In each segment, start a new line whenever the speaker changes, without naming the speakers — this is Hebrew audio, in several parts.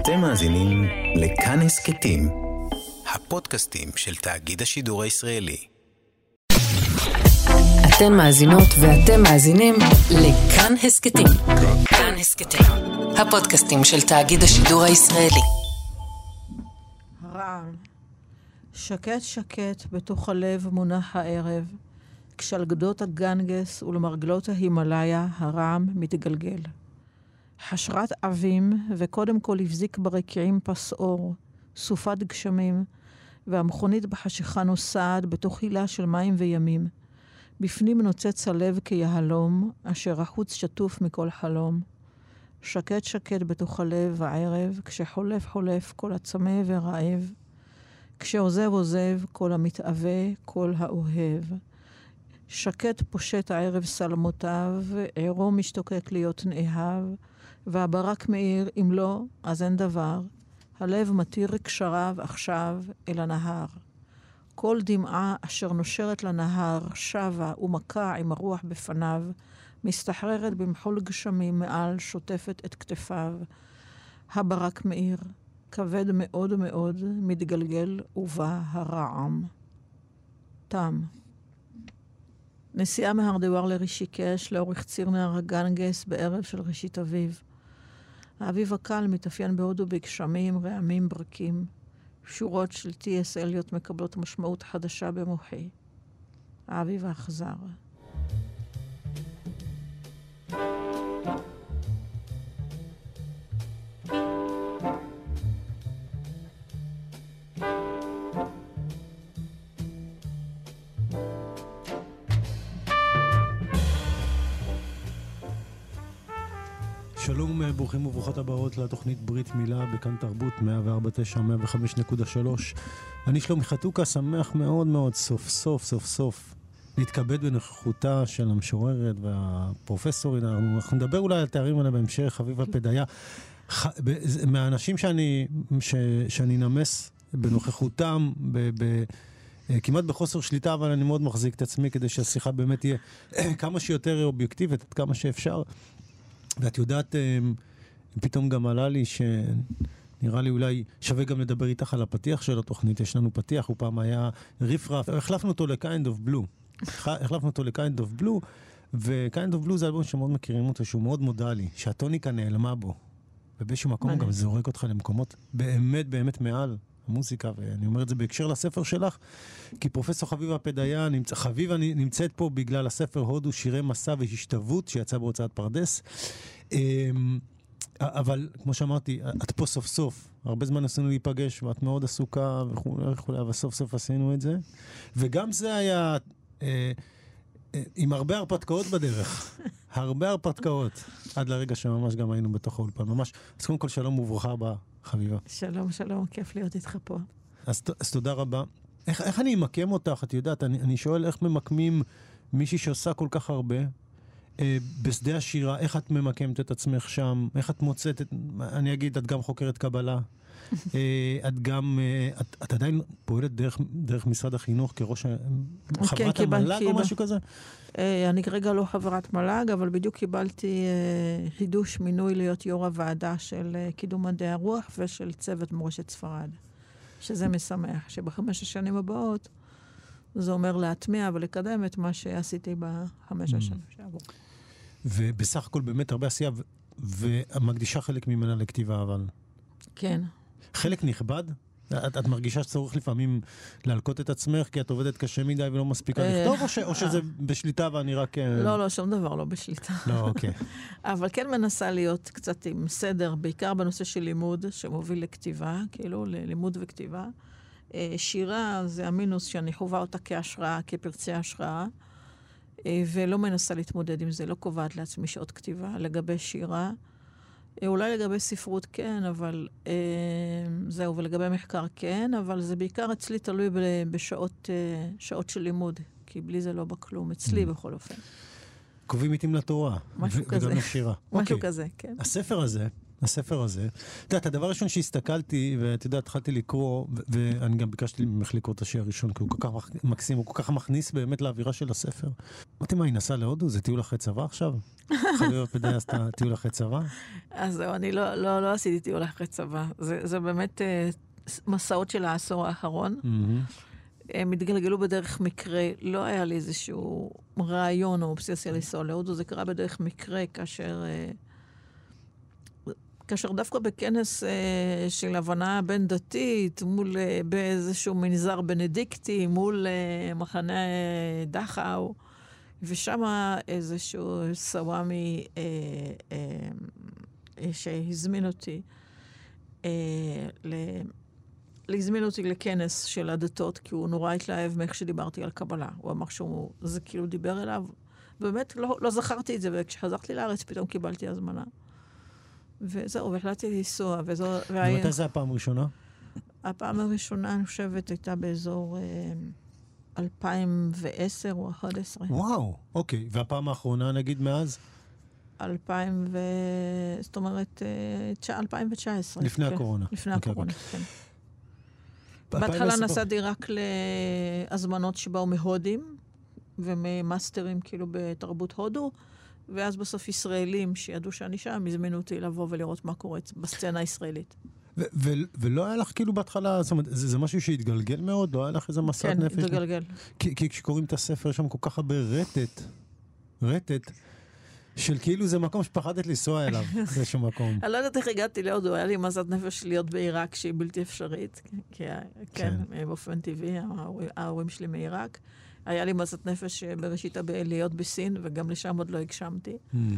אתם מאזינים לכאן הסכתים, הפודקאסטים של תאגיד השידור הישראלי.
אתן מאזינות ואתם מאזינים לכאן הסכתים. כאן הסכתים, הפודקאסטים של תאגיד השידור הישראלי.
רעם. שקט שקט בתוך הלב מונח הערב, כשעל גדות הגנגס ולמרגלות ההימאליה הרעם מתגלגל. חשרת אבים, וקודם כל הבזיק ברקיעים פס אור, סופת גשמים, והמכונית בחשיכה נוסעת בתוך הילה של מים וימים. בפנים נוצץ הלב כיהלום, אשר החוץ שטוף מכל חלום. שקט שקט בתוך הלב הערב, כשחולף חולף כל הצמא ורעב, כשעוזב עוזב כל המתאווה, כל האוהב. שקט פושט הערב סלמותיו, עירו משתוקק להיות נאהב, והברק מאיר, אם לא, אז אין דבר. הלב מתיר קשריו עכשיו אל הנהר. כל דמעה אשר נושרת לנהר, שבה ומכה עם הרוח בפניו, מסתחררת במחול גשמים מעל, שוטפת את כתפיו. הברק מאיר, כבד מאוד מאוד, מתגלגל ובא הרעם. תם. נסיעה מהרדואר לרישיקש, לאורך ציר נהר הגנגס, בערב של ראשית אביב. האביב הקל מתאפיין בהודו בגשמים, רעמים, ברקים. שורות של טי.אס. אליוט מקבלות משמעות חדשה במוחי. האביב האכזר.
שלום, ברוכים וברוכות הבאות לתוכנית ברית מילה בכאן תרבות 104.9 105.3. אני שלומי חתוקה, שמח מאוד מאוד סוף להתכבד בנוכחותה של המשוררת והפרופסורית. אנחנו נדבר אולי על תארים האלה בהמשך. חביבה פדיה, מהאנשים שאני נמס בנוכחותם כמעט בחוסר שליטה, אבל אני מאוד מחזיק את עצמי כדי שהשיחה באמת תהיה כמה שיותר אובייקטיבית, עד כמה שאפשר. ואת יודעת, פתאום גם עלה לי שנראה לי אולי שווה גם לדבר איתך על הפתיח של התוכנית. יש לנו פתיח, הוא פעם היה ריף-רף, החלפנו אותו ל-Kind of Blue, ו-Kind of Blue זה אלבום שמאוד מכירים אותו, שהוא מאוד מודלי, שהטוניקה נעלמה בו, ובאיזשהו מקום גם זורק אותך למקומות באמת מעל המוזיקה, ואני אומר את זה בהקשר לספר שלך, כי פרופסור חביבה פדיה, חביבה נמצאת פה בגלל הספר הודו, שירי מסע והשתוות, שיצא בהוצאת פרדס. אבל כמו שאמרתי, את פה סוף סוף, הרבה זמן עשינו להיפגש, ואת מאוד עסוקה וכו', אבל סוף סוף עשינו את זה. וגם זה היה עם הרבה הרפתקאות בדרך. הרבה הרפתקאות, עד לרגע שממש גם היינו בתוך האולפן, ממש. אז קודם כל שלום וברוכה הבאה, חביבה.
שלום, כיף להיות איתך פה.
אז תודה רבה. איך אני אמקם אותך? את יודעת, אני שואל איך ממקמים מישהי שעושה כל כך הרבה בשדה השירה, איך את ממקמת את עצמך שם, איך את מוצאת, אני אגיד, את גם חוקרת קבלה, את גם, את עדיין פועלת דרך משרד החינוך כראש חברת המל"ג או משהו כזה?
אני כרגע לא חברת מל"ג, אבל בדיוק קיבלתי חידוש מינוי להיות יו"ר הוועדה של קידום מדעי הרוח ושל צוות מורשת ספרד. שזה משמח, שבחמש השנים הבאות זה אומר להטמיע ולקדם את מה שעשיתי בחמש השנים שעבור.
ובסך הכל באמת הרבה עשייה, ומקדישה חלק ממנה לכתיבה, אבל...
כן.
חלק נכבד? את מרגישה שצורך לפעמים להלקות את עצמך, כי את עובדת קשה מדי ולא מספיקה לכתוב, או שזה בשליטה ואני רק...
לא, שום דבר לא בשליטה.
לא, אוקיי.
אבל כן מנסה להיות קצת עם סדר, בעיקר בנושא של לימוד, שמוביל לכתיבה, כאילו ללימוד וכתיבה. שירה זה המינוס שאני חובה אותה כהשראה, כפרצי השראה, ולא מנסה להתמודד עם זה, לא קובעת לעצמי שעות כתיבה. לגבי שירה, אולי לגבי ספרות כן, אבל זהו, ולגבי מחקר כן, אבל זה בעיקר אצלי תלוי בשעות של לימוד, כי בלי זה לא בכלום, אצלי בכל אופן.
קובעים איתים לתורה,
משהו כזה.
וגם לשירה.
משהו כזה, כן.
הספר הזה, הספר הזה. אתה יודעת, הדבר הראשון שהסתכלתי, ואתה יודע, התחלתי לקרוא, ואני גם ביקשתי ממך לקרוא את השיר הראשון, כי הוא כל כך מקסים, הוא כל כך מכניס באמת לאווירה של הספר. אמרתי, מה, היא נסעה להודו? זה טיול אחרי צבא עכשיו? חייבת בדי עשתה טיול אחרי צבא?
אז זהו, אני לא עשיתי טיול אחרי צבא. זה באמת מסעות של העשור האחרון. הם התגלגלו בדרך מקרה, לא היה לי איזשהו רעיון או אובססיה לנסוע להודו, זה קרה בדרך מקרה כאשר דווקא בכנס של הבנה בין דתית, באיזשהו מנזר בנדיקטי, מול מחנה דחאו, ושם איזשהו סוואמי שהזמין אותי להזמין אותי לכנס של הדתות, כי הוא נורא התלהב מאיך שדיברתי על קבלה. הוא אמר זה כאילו דיבר אליו. באמת לא זכרתי את זה, וכשחזרתי לארץ פתאום קיבלתי הזמנה. וזהו, והחלטתי לנסוע.
ומתי זה הפעם הראשונה?
הפעם הראשונה, אני חושבת, הייתה באזור 2010 או 2011.
וואו, אוקיי. והפעם האחרונה, נגיד, מאז?
זאת אומרת, 2019.
לפני הקורונה.
לפני הקורונה, כן. בהתחלה נסעתי רק להזמנות שבאו מהודים, ומאסטרים כאילו בתרבות הודו, ואז בסוף ישראלים שידעו שאני שם, הזמינו אותי לבוא ולראות מה קורה בסצנה הישראלית.
ולא היה לך כאילו בהתחלה, זאת אומרת, זה משהו שהתגלגל מאוד? לא היה לך איזה מסעת נפש?
כן, התגלגל.
כי כשקוראים את הספר, יש שם כל כך הרבה רטט, של כאילו זה מקום שפחדת לנסוע אליו, באיזשהו מקום.
אני לא יודעת איך הגעתי להודו, היה לי מסעת נפש להיות בעיראק שהיא בלתי אפשרית, כן, באופן טבעי, ההורים שלי מעיראק. היה לי מסעת נפש בראשיתה להיות בסין, וגם לשם עוד לא הגשמתי.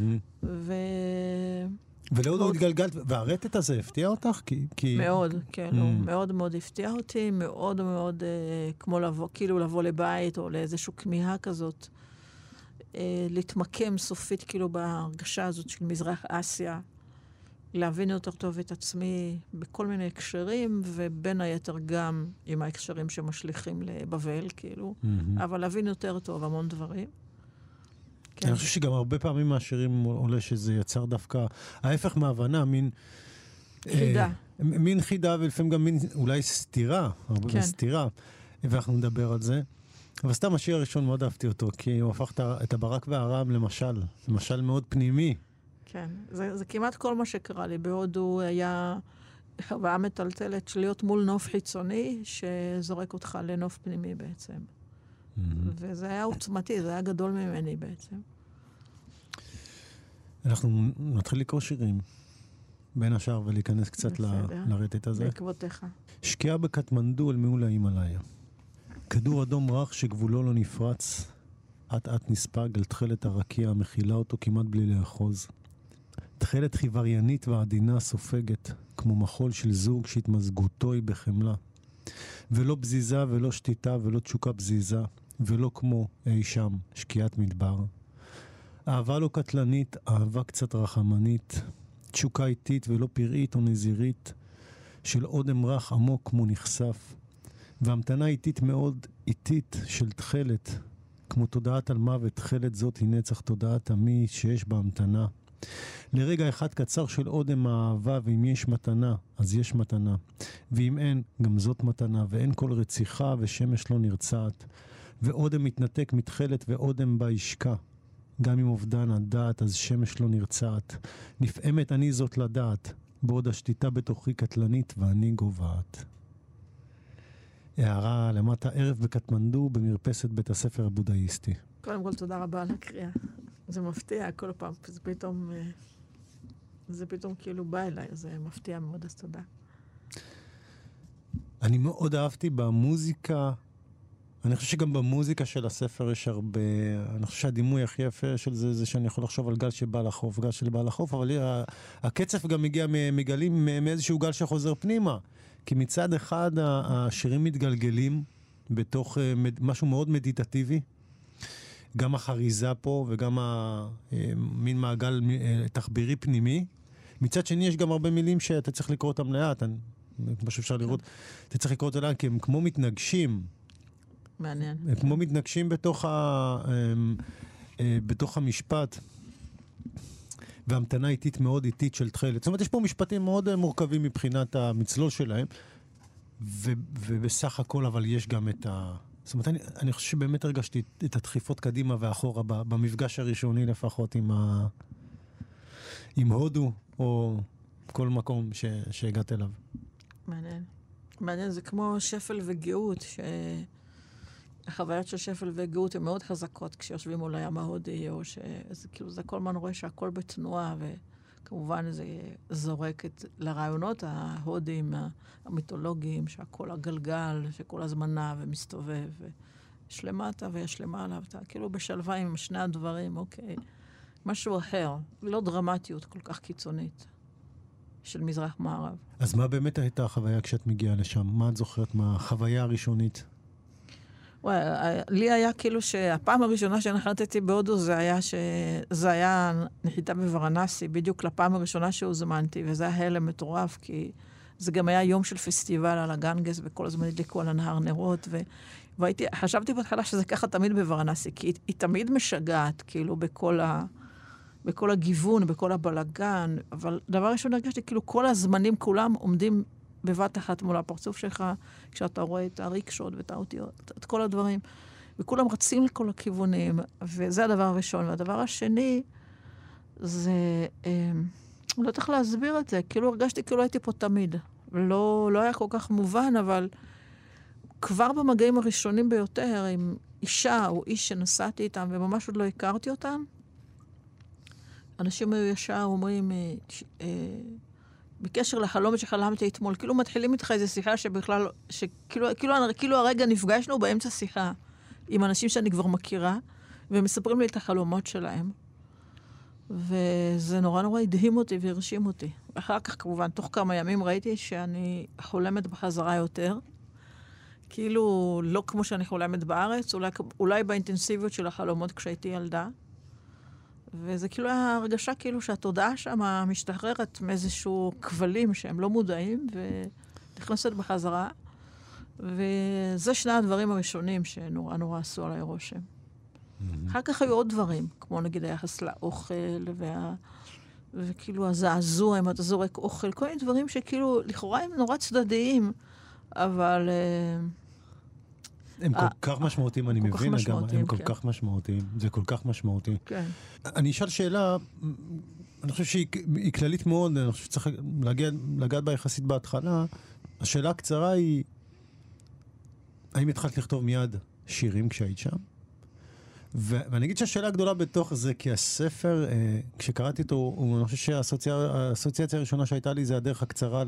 ולהודו התגלגלת, והרטט הזה הפתיע אותך?
מאוד, כן, הוא מאוד מאוד הפתיע אותי, מאוד מאוד כמו לבוא לבית, או לאיזושהי כמיהה כזאת. להתמקם סופית כאילו בהרגשה הזאת של מזרח אסיה, להבין יותר טוב את עצמי בכל מיני הקשרים, ובין היתר גם עם ההקשרים שמשליכים לבבל, כאילו, אבל להבין יותר טוב המון דברים.
אני חושב שגם הרבה פעמים מהשירים עולה שזה יצר דווקא ההפך מהבנה, מין
חידה.
מין חידה, ולפעמים גם מין אולי סתירה, הרבה סתירה, ואנחנו נדבר על זה. אבל סתם השיר הראשון מאוד אהבתי אותו, כי הוא הפך את הברק והרם למשל מאוד פנימי.
כן, זה כמעט כל מה שקרה לי. בהודו היה חוויה מטלטלת של להיות מול נוף חיצוני, שזורק אותך לנוף פנימי בעצם. וזה היה עוצמתי, זה היה גדול ממני בעצם.
אנחנו נתחיל לקרוא שירים, בין השאר, ולהיכנס קצת לרטט הזה.
בעקבותיך.
שקיעה בקטמנדו אל מעול ההימאליה. כדור אדום רך שגבולו לא נפרץ, אט נספג על תחלת הרקיע המכילה אותו כמעט בלי לאחוז. תחלת חיווריינית ועדינה סופגת, כמו מחול של זוג שהתמזגותו היא בחמלה. ולא בזיזה ולא שתיתה ולא תשוקה בזיזה, ולא כמו אי שם, שקיעת מדבר. אהבה לא קטלנית, אהבה קצת רחמנית, תשוקה איטית ולא פראית או נזירית, של אודם רך עמוק כמו נחשף, והמתנה איטית מאוד איטית של תחלת, כמו תודעת על מוות, תחלת זאת היא נצח תודעת עמי שיש בה המתנה. לרגע אחד קצר של אודם האהבה, ואם יש מתנה, אז יש מתנה. ואם אין, גם זאת מתנה, ואין כל רציחה ושמש לא נרצעת. ואודם מתנתק מתחלת ואודם בה ישקע. גם עם אובדן הדעת, אז שמש לא נרצעת. נפעמת אני זאת לדעת, בעוד השתיתה בתוכי קטלנית ואני גובעת. הערה למטה, ערב בקטמנדו במרפסת בית הספר הבודהיסטי.
קודם כל תודה רבה על הקריאה. זה מפתיע כל פעם, זה פתאום כאילו בא אליי, זה מפתיע מאוד, אז תודה.
אני מאוד אהבתי במוזיקה, אני חושב שגם במוזיקה של הספר יש הרבה, אני חושב שהדימוי הכי יפה של זה שאני יכול לחשוב על גל שבא לחוף, גל שבא לחוף, אבל הקצף גם מגיע מגלים מאיזשהו גל שחוזר פנימה. כי מצד אחד השירים מתגלגלים בתוך משהו מאוד מדיטטיבי, גם החריזה פה וגם מין מעגל תחבירי פנימי. מצד שני יש גם הרבה מילים שאתה צריך לקרוא אותם לאט, כמו שאפשר לראות, אתה צריך לקרוא אותם לאט, כי הם כמו מתנגשים.
מעניין.
הם כמו מתנגשים בתוך המשפט. והמתנה איטית מאוד איטית של תכלת. זאת אומרת, יש פה משפטים מאוד מורכבים מבחינת המצלול שלהם, ובסך הכל, אבל יש גם את ה... זאת אומרת, אני חושב שבאמת הרגשתי את הדחיפות קדימה ואחורה, במפגש הראשוני לפחות עם הודו, או כל מקום שהגעת אליו.
מעניין. מעניין, זה כמו שפל וגאות, שהחוויות של שפל וגאות הן מאוד חזקות כשיושבים מול הים ההודי, או כאילו זה כל הזמן רואה שהכל בתנועה, וכמובן זה זורק לרעיונות ההודיים, המיתולוגיים, שהכל הגלגל, שכל הזמן נע ומסתובב, יש למטה ויש למעלה, ואתה כאילו בשלווה עם שני הדברים, אוקיי. משהו אחר, לא דרמטיות כל כך קיצונית של מזרח מערב.
אז מה באמת הייתה החוויה כשאת מגיעה לשם? מה את זוכרת מהחוויה הראשונית?
לי היה כאילו שהפעם הראשונה שנחתתי בהודו זה היה נחיתה בוורנסי, בדיוק לפעם הראשונה שהוזמנתי, וזה היה הלם מטורף, כי זה גם היה יום של פסטיבל על הגנגס, וכל הזמן הדליקו על הנהר נרות, חשבתי בהתחלה שזה ככה תמיד בוורנסי, כי היא תמיד משגעת, כאילו בכל הגיוון, בכל הבלגן, אבל דבר ראשון הרגשתי, כאילו כל הזמנים כולם עומדים בבת אחת מול הפרצוף שלך, כשאתה רואה את הריקשות ואת האותיות, את כל הדברים, וכולם רצים לכל הכיוונים, וזה הדבר הראשון. והדבר השני, זה, לא צריך להסביר את זה, כאילו הרגשתי כאילו הייתי פה תמיד, לא היה כל כך מובן, אבל כבר במגעים הראשונים ביותר, עם אישה או איש שנסעתי איתם, וממש עוד לא הכרתי אותם, אנשים היו ישר אומרים, בקשר לחלום שחלמתי אתמול, כאילו מתחילים איתך איזו שיחה שבכלל, כאילו הרגע נפגשנו באמצע שיחה עם אנשים שאני כבר מכירה, והם מספרים לי את החלומות שלהם. וזה נורא נורא הדהים אותי והרשים אותי. אחר כך כמובן, תוך כמה ימים ראיתי שאני חולמת בחזרה יותר, כאילו לא כמו שאני חולמת בארץ, אולי באינטנסיביות של החלומות כשהייתי ילדה. וזה כאילו היה הרגשה כאילו שהתודעה שם משתחררת מאיזשהו כבלים שהם לא מודעים, ונכנסת בחזרה. וזה שני הדברים הראשונים שנורא נורא עשו עליי רושם. אחר כך היו עוד דברים, כמו נגיד היחס לאוכל, וכאילו הזעזוע, אם אתה זורק אוכל, כל מיני דברים שכאילו לכאורה הם נורא צדדיים, אבל...
הם כל כך משמעותיים, אני מבין, הם כל כך משמעותיים. זה כל כך משמעותי.
כן.
אני אשאל שאלה, אני חושב שהיא כללית מאוד, אני חושב שצריך לגעת בה יחסית בהתחלה. השאלה הקצרה היא, האם התחלת לכתוב מיד שירים כשהיית שם? ואני אגיד שהשאלה הגדולה בתוך זה, כי הספר, כשקראתי אותו, אני חושב שהאסוציאציה הראשונה שהייתה לי זה הדרך הקצרה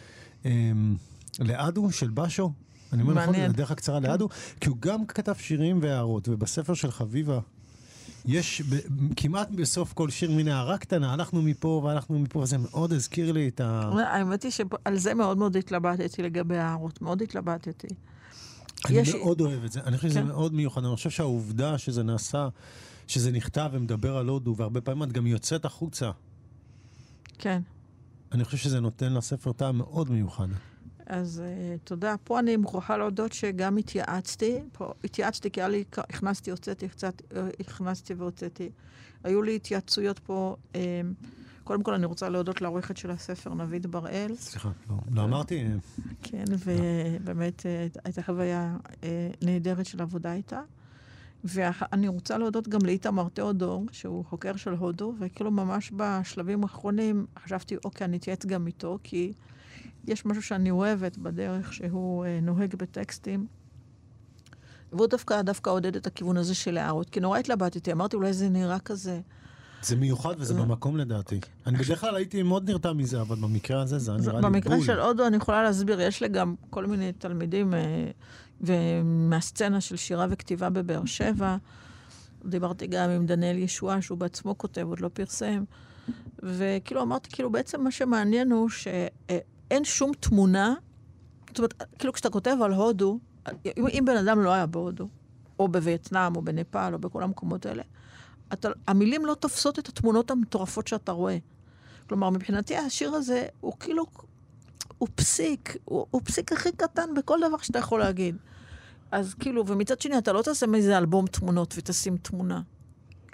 לאדו של בשו. אני אומר נכון, הדרך הקצרה לאדו, כי הוא גם כתב שירים והערות, ובספר של חביבה, יש כמעט בסוף כל שיר מין הערה קטנה, הלכנו מפה והלכנו מפה, וזה מאוד הזכיר לי את ה...
האמת היא שעל זה מאוד מאוד התלבטתי לגבי הערות, מאוד התלבטתי.
אני מאוד אוהב את זה, אני חושב שזה מאוד מיוחד, אני חושב שהעובדה שזה נעשה, שזה נכתב ומדבר על הודו, והרבה פעמים את גם יוצאת החוצה.
כן.
אני חושב שזה נותן לספר טעם מאוד מיוחד.
אז תודה. פה אני מוכרחה להודות שגם התייעצתי, כי הכנסתי והוצאתי. היו לי התייעצויות פה, קודם כל אני רוצה להודות לעורכת של הספר, נבית בראל.
סליחה, לא אמרתי.
כן, ובאמת הייתה חוויה נהדרת של עבודה איתה. ואני רוצה להודות גם לאיתמר תיאודור, שהוא חוקר של הודו, וכאילו ממש בשלבים האחרונים חשבתי, אוקיי, אני אתייעץ גם איתו, כי יש משהו שאני אוהבת בדרך שהוא נוהג בטקסטים, והוא דווקא עודד את הכיוון הזה של הערות, כי נורא התלבטתי, אמרתי אולי זה נראה כזה.
זה מיוחד וזה במקום לדעתי. אני בדרך כלל הייתי מאוד נרתע מזה, אבל במקרה הזה זה נראה לי בול.
במקרה של הודו אני יכולה להסביר, יש לי גם כל מיני תלמידים מהסצנה של שירה וכתיבה בבאר שבע, דיברתי גם עם דניאל ישוע, שהוא בעצמו כותב, עוד לא פרסם, וכאילו אמרתי, כאילו בעצם מה שמעניין הוא אין שום תמונה, זאת אומרת, כאילו כשאתה כותב על הודו, אם בן אדם לא היה בהודו, או בווייטנאם, או בנפאל, או בכל המקומות האלה, המילים לא תופסות את התמונות המטורפות שאתה רואה. כלומר, מבחינתי השיר הזה, הוא כאילו, הוא פסיק הכי קטן בכל דבר שאתה יכול להגיד. אז כאילו, ומצד שני, אתה לא תעשה מאיזה אלבום תמונות ותשים תמונה.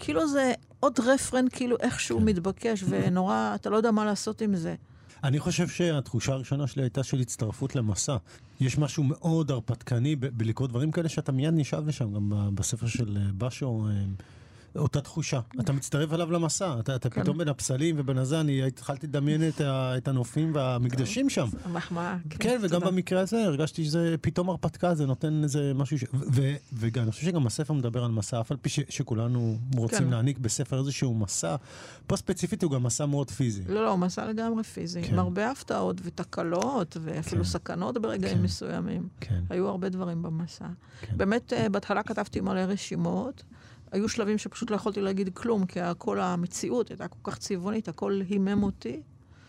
כאילו זה עוד רפרנט, כאילו איכשהו מתבקש, ונורא, אתה לא יודע מה לעשות עם זה.
אני חושב שהתחושה הראשונה שלי הייתה של הצטרפות למסע. יש משהו מאוד הרפתקני בלקרוא דברים כאלה שאתה מיד נשאב לשם, גם בספר של בשו, אותה תחושה. אתה מצטרף עליו למסע, אתה פתאום בין הפסלים ובין הזה, אני התחלתי לדמיין את הנופים והמקדשים שם.
המחמאה.
כן, וגם במקרה הזה הרגשתי שזה פתאום הרפתקה, זה נותן איזה משהו וגם אני חושב שגם הספר מדבר על מסע, אף על פי שכולנו רוצים להעניק בספר איזשהו מסע, פה ספציפית הוא גם מסע מאוד פיזי.
לא, מסע לגמרי פיזי, עם הרבה הפתעות ותקלות, ואפילו סכנות ברגעים מסוימים. היו הרבה דברים במסע. באמת, בהתחלה כתבתי מלא רשימות, היו שלבים שפשוט לא יכולתי להגיד כלום, כי כל המציאות הייתה כל כך צבעונית, הכל הימם אותי.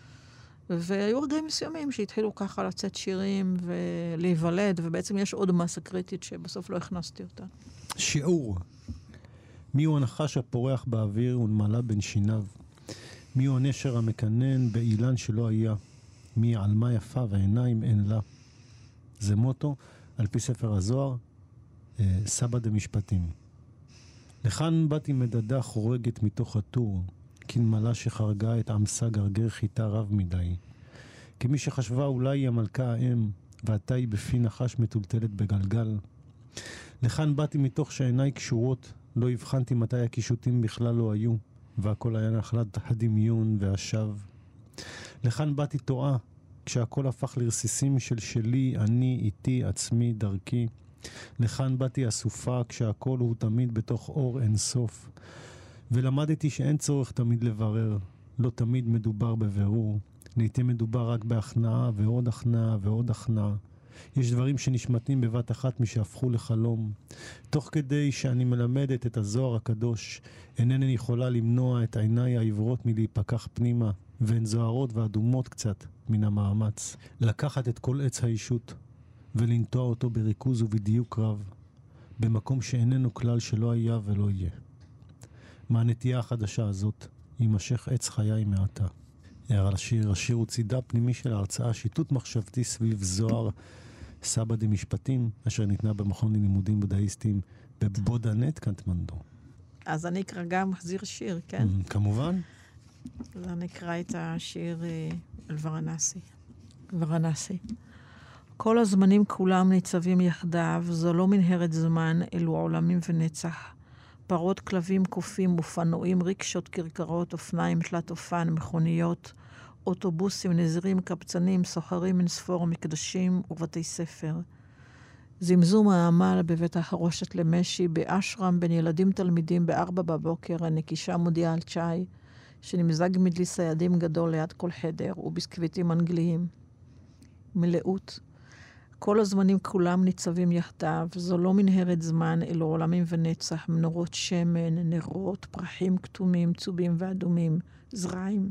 והיו רגעים מסוימים שהתחילו ככה לצאת שירים ולהיוולד, ובעצם יש עוד מסה קריטית שבסוף לא הכנסתי אותה.
שיעור. מי הוא הנחש הפורח באוויר ונמלה בין שיניו? מי הוא הנשר המקנן באילן שלא היה? מי עלמה יפה והעיניים אין לה? זה מוטו על פי ספר הזוהר, סבא דמשפטים. לכאן באתי מדדה חורגת מתוך הטור, כנמלה שחרגה את עמסה גרגר חיטה רב מדי. כמי שחשבה אולי היא המלכה האם, ועתה היא בפי נחש מטולטלת בגלגל. לכאן באתי מתוך שעיניי קשורות, לא הבחנתי מתי הקישוטים בכלל לא היו, והכל היה נחלת הדמיון והשב. לכאן באתי טועה, כשהכל הפך לרסיסים של שלי, אני, איתי, עצמי, דרכי. לכאן באתי אסופה, כשהכל הוא תמיד בתוך אור אינסוף. ולמדתי שאין צורך תמיד לברר, לא תמיד מדובר בבירור. לעתים מדובר רק בהכנעה ועוד הכנעה ועוד הכנעה. יש דברים שנשמטים בבת אחת משהפכו לחלום. תוך כדי שאני מלמדת את הזוהר הקדוש, אינני יכולה למנוע את עיניי העברות מלהיפקח פנימה, והן זוהרות ואדומות קצת מן המאמץ. לקחת את כל עץ האישות, ולנטוע אותו בריכוז ובדיוק רב, במקום שאיננו כלל שלא היה ולא יהיה. מהנטייה החדשה הזאת יימשך עץ חיי מעתה. הערה לשיר, השיר הוא צידה פנימי של ההרצאה, שיטוט מחשבתי סביב זוהר סבא דמשפטים, אשר ניתנה במכון ללימודים בודהיסטיים בבודהנט קטמנדו.
אז אני אקרא גם מחזיר שיר, כן?
כמובן.
אז אני אקרא את השיר על ורנסי. ורנסי. כל הזמנים כולם ניצבים יחדיו, זו לא מנהרת זמן, אלו עולמים ונצח. פרות, כלבים, קופים, אופנועים, ריקשות, כרכרות, אופניים, תלת אופן, מכוניות, אוטובוסים, נזירים, קבצנים, סוחרים, אינספור, מקדשים ובתי ספר. זמזום העמל בבית החרושת למשי, באשרם, בין ילדים תלמידים, 4 בבוקר, הנקישה מודיעה על צ'אי, שנמזג מדלי סיידים גדול ליד כל חדר, וביסקוויטים אנגליים. מלאות. כל הזמנים כולם ניצבים יחדיו, זו לא מנהרת זמן, אלו עולמים ונצח, מנורות שמן, נרות, פרחים כתומים, צהובים ואדומים, זרעים.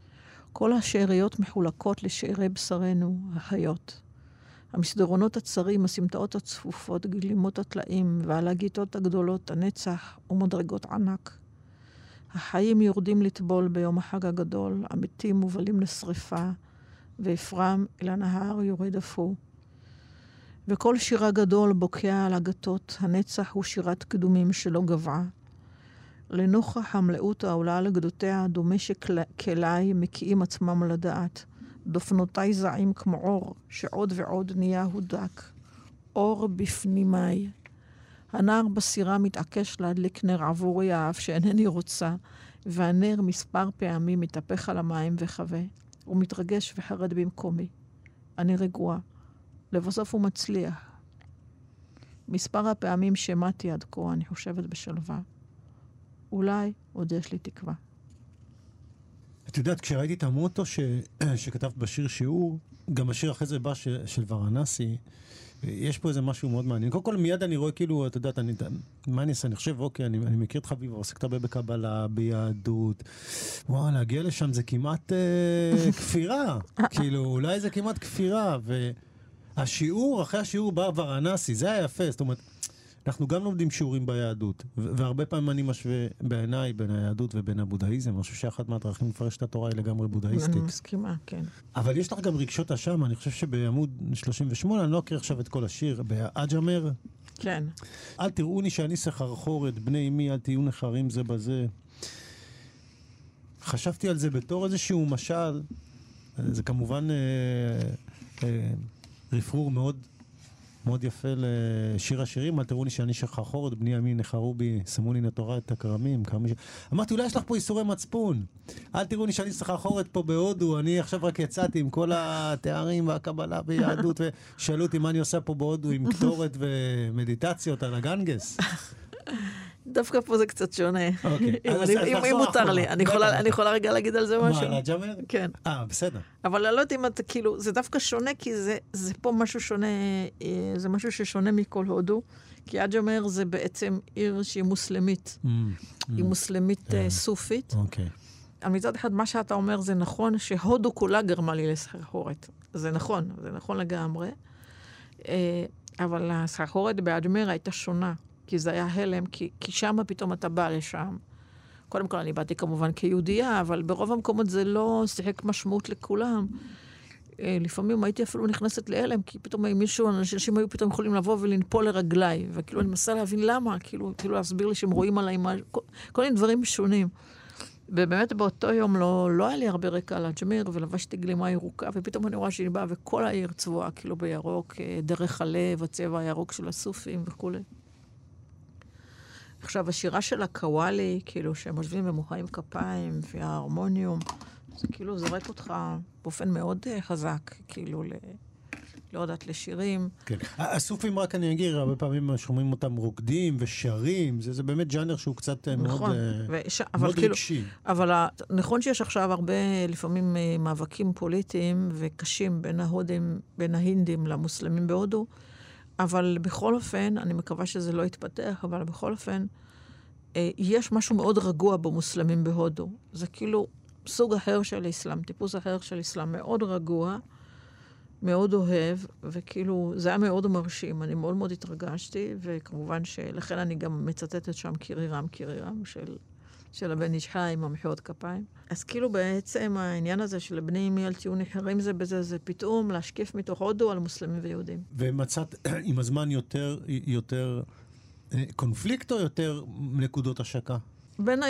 כל השאריות מחולקות לשארי בשרנו, החיות. המסדרונות הצרים, הסמטאות הצפופות, גלימות הטלאים, והלגיטות הגדולות, הנצח ומדרגות ענק. החיים יורדים לטבול ביום החג הגדול, המתים מובלים לשריפה, ואפרם אל הנהר יורד אפוא. וכל שירה גדול בוקע על הגתות, הנצח הוא שירת קדומים שלא גבעה. לנוכח המלאות העולה על גדותיה, דומה שכלי מקיאים עצמם לדעת. דופנותיי זעים כמו אור, שעוד ועוד נהיה הודק. אור בפנימי. הנער בסירה מתעקש להדליק נר עבורי האף שאינני רוצה, והנר מספר פעמים מתהפך על המים וחווה. הוא מתרגש וחרד במקומי. אני רגועה. לבסוף הוא מצליח. מספר הפעמים שמעתי עד כה, אני חושבת בשלווה. אולי עוד יש לי תקווה.
את יודעת, כשראיתי את המוטו שכתבת בשיר שיעור, גם השיר אחרי זה בא של ורנסי, יש פה איזה משהו מאוד מעניין. קודם כל מיד אני רואה כאילו, את יודעת, מה אני אעשה? אני חושב, אוקיי, אני מכיר את חביבה, עוסקת הרבה בקבלה, ביהדות. וואו, להגיע לשם זה כמעט כפירה. כאילו, אולי זה כמעט כפירה. והשיעור, אחרי השיעור בא ורנסי, זה היה יפה. זאת אומרת, אנחנו גם לומדים שיעורים ביהדות, והרבה פעמים אני משווה בעיניי בין היהדות ובין הבודהיזם. אני חושב שאחת מהדרכים לפרש את התורה היא לגמרי בודהיסטית.
אני מסכימה, כן.
אבל יש לך גם רגשות אשם, אני חושב שבעמוד 38, אני לא אקריא עכשיו את כל השיר, באג'מר,
כן.
אל תראוני שאני סחרחורת, בני אמי, אל תהיו נחרים זה בזה. חשבתי על זה בתור איזשהו משל, זה כמובן רפרור מאוד, מאוד יפה לשיר השירים, אל תראוני שאני סחרחורת, בני אמי נחרו בי, שמו לי לתורה את הכרמים. אמרתי, אולי יש לך פה איסורי מצפון. אל תראוני שאני סחרחורת פה בהודו, אני עכשיו רק יצאתי עם כל התארים והקבלה ביהדות, ושאלו אותי מה אני עושה פה בהודו עם קטורת ומדיטציות על הגנגס.
דווקא פה זה קצת שונה.
אם
מותר לי. אני יכולה רגע להגיד על זה משהו?
מה, על הג'אמר?
כן.
בסדר.
אבל אני לא יודעת אם אתה, כאילו, זה דווקא שונה, כי זה פה משהו שונה, זה משהו ששונה מכל הודו, כי אג'אמר זה בעצם עיר שהיא מוסלמית. היא מוסלמית סופית.
אוקיי.
על מצד אחד, מה שאתה אומר זה נכון, שהודו כולה גרמה לי לסחרחורת. זה נכון לגמרי. אבל הסחרחורת באג'אמר הייתה שונה. כי זה היה הלם, כי שם פתאום אתה בא לשם. קודם כל, אני באתי כמובן כיהודייה, אבל ברוב המקומות זה לא שיחק משמעות לכולם. לפעמים הייתי אפילו נכנסת להלם, כי פתאום אנשים היו פתאום יכולים לבוא ולנפול לרגליי, וכאילו אני מנסה להבין למה, כאילו להסביר לי שהם רואים עליי כל מיני דברים שונים. ובאמת באותו יום לא היה לי הרבה רקע על אג'אמר, ולבשתי גלימה ירוקה, ופתאום אני רואה שהיא באה, וכל העיר צבועה, כאילו בירוק, דרך הלב, הצבע הירוק של הסופים וכו'. עכשיו, השירה של הקוואלי, כאילו, שהם עוזבים ומוחאים כפיים, וההרמוניום, זה כאילו זורק אותך באופן מאוד חזק, כאילו, לא יודעת, לשירים. כן.
הסופים, רק אני אגיד, הרבה פעמים שומעים אותם רוקדים ושרים, זה באמת ג'אנר שהוא קצת מאוד רגשי.
אבל נכון שיש עכשיו הרבה, לפעמים, מאבקים פוליטיים וקשים בין ההינדים למוסלמים בהודו, אבל בכל אופן, אני מקווה שזה לא יתפתח, אבל בכל אופן, יש משהו מאוד רגוע במוסלמים בהודו. זה כאילו סוג אחר של אסלאם, טיפוס אחר של אסלאם, מאוד רגוע, מאוד אוהב, וכאילו, זה היה מאוד מרשים. אני מאוד מאוד התרגשתי, וכמובן שלכן אני גם מצטטת שם קירירם של הבן איש חי עם המחיאות כפיים. אז כאילו בעצם העניין הזה של בני אמי אל תהיו נחרים זה בזה, זה פתאום להשקיף מתוך הודו על מוסלמים ויהודים.
ומצאת עם הזמן יותר קונפליקט או יותר נקודות השקה?
בין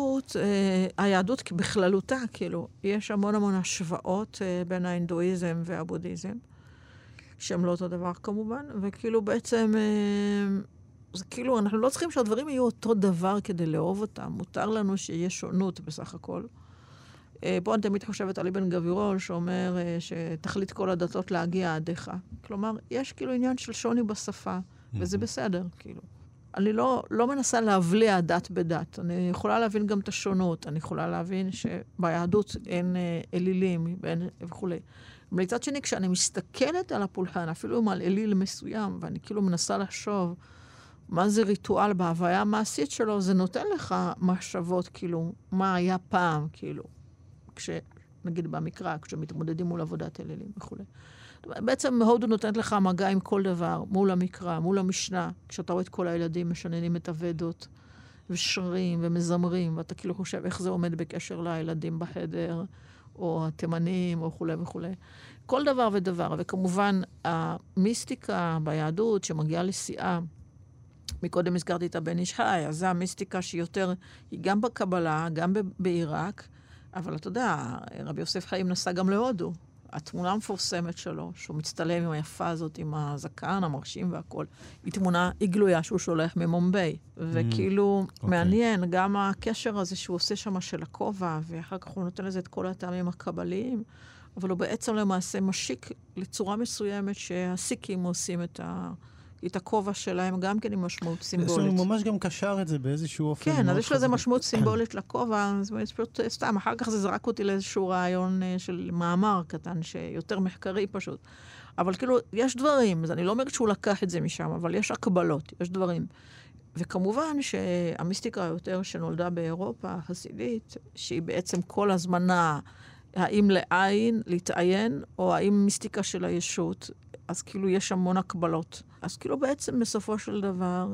היהדות בכללותה, כאילו, יש המון השוואות בין ההינדואיזם והבודהיזם, שהם לא אותו דבר כמובן, וכאילו בעצם זה כאילו, אנחנו לא צריכים שהדברים יהיו אותו דבר כדי לאהוב אותם. מותר לנו שיהיה שונות בסך הכל. פה אני תמיד חושבת על אבן גבירול, שאומר שתכלית כל הדתות להגיע עדיך. כלומר, יש כאילו עניין של שוני בשפה, וזה בסדר, כאילו. אני לא מנסה להבליע דת בדת. אני יכולה להבין גם את השונות. אני יכולה להבין שביהדות אין אלילים וכו'. מצד שני, כשאני מסתכלת על הפולחן, אפילו על אליל מסוים, ואני כאילו מנסה לחשוב מה זה ריטואל בהוויה המעשית שלו, זה נותן לך מחשבות, כאילו, מה היה פעם, כאילו, נגיד במקרא, כשמתמודדים מול עבודת אלילים וכו'. בעצם הודו נותנת לך מגע עם כל דבר, מול המקרא, מול המשנה, כשאתה רואה את כל הילדים משננים את הוודות, ושרים ומזמרים, ואתה כאילו חושב איך זה עומד בקשר לילדים בחדר, או התימנים, או כו' וכו'. כל דבר ודבר, וכמובן, המיסטיקה ביהדות שמגיעה לשיאה, מקודם הזכרתי את הבן איש חי, אז זו המיסטיקה שהיא יותר, היא גם בקבלה, גם בעיראק, אבל אתה יודע, רבי יוסף חיים נסע גם להודו. התמונה המפורסמת שלו, שהוא מצטלם עם היפה הזאת, עם הזקן, המרשים והכל, היא תמונה, היא גלויה שהוא שולח ממומביי. וכאילו, מעניין, גם הקשר הזה שהוא עושה שם של הכובע, ואחר כך הוא נותן לזה את כל הטעמים הקבליים, אבל הוא בעצם למעשה משיק לצורה מסוימת שהסיקים עושים את הכובע שלהם גם כן עם משמעות סימבולית.
הוא ממש גם קשר את זה באיזשהו אופן.
כן, אז יש לזה משמעות סימבולית לכובע, זה פשוט סתם, אחר כך זה זרק אותי לאיזשהו רעיון של מאמר קטן, שיותר מחקרי פשוט. אבל כאילו, יש דברים, אז אני לא אומרת שהוא לקח את זה משם, אבל יש הקבלות, יש דברים. וכמובן שהמיסטיקה היותר שנולדה באירופה, החסידית, שהיא בעצם כל הזמנה, האם לעין, להתעיין, או האם מיסטיקה של הישות, אז כאילו יש המון הקבלות. אז כאילו בעצם בסופו של דבר,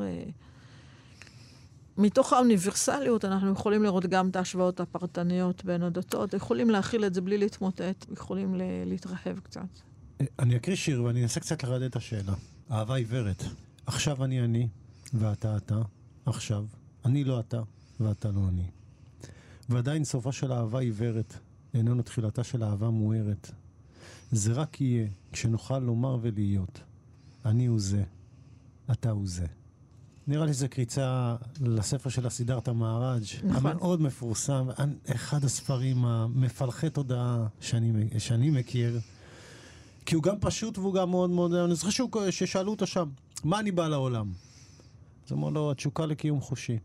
מתוך האוניברסליות אנחנו יכולים לראות גם את ההשוואות הפרטניות בין הדתות, יכולים להכיל את זה בלי להתמוטט, יכולים להתרחב קצת.
אני אקריא שיר ואני אנסה קצת לרדת את השאלה. אהבה עיוורת. עכשיו אני, ואתה אתה. עכשיו. אני לא אתה, ואתה לא אני. ועדיין סופה של אהבה עיוורת, איננו תחילתה של אהבה מוארת. זה רק יהיה כשנוכל לומר ולהיות. אני הוא זה, אתה הוא זה. נראה לי זה קריצה לספר של הסידרתא מהראג' המאוד מפורסם, אחד הספרים המפלחי תודעה שאני מכיר, כי הוא גם פשוט והוא גם מאוד מאוד, אני זוכר ששאלו אותו שם, מה אני בא לעולם? זה אומר לו, התשוקה לקיום חושי.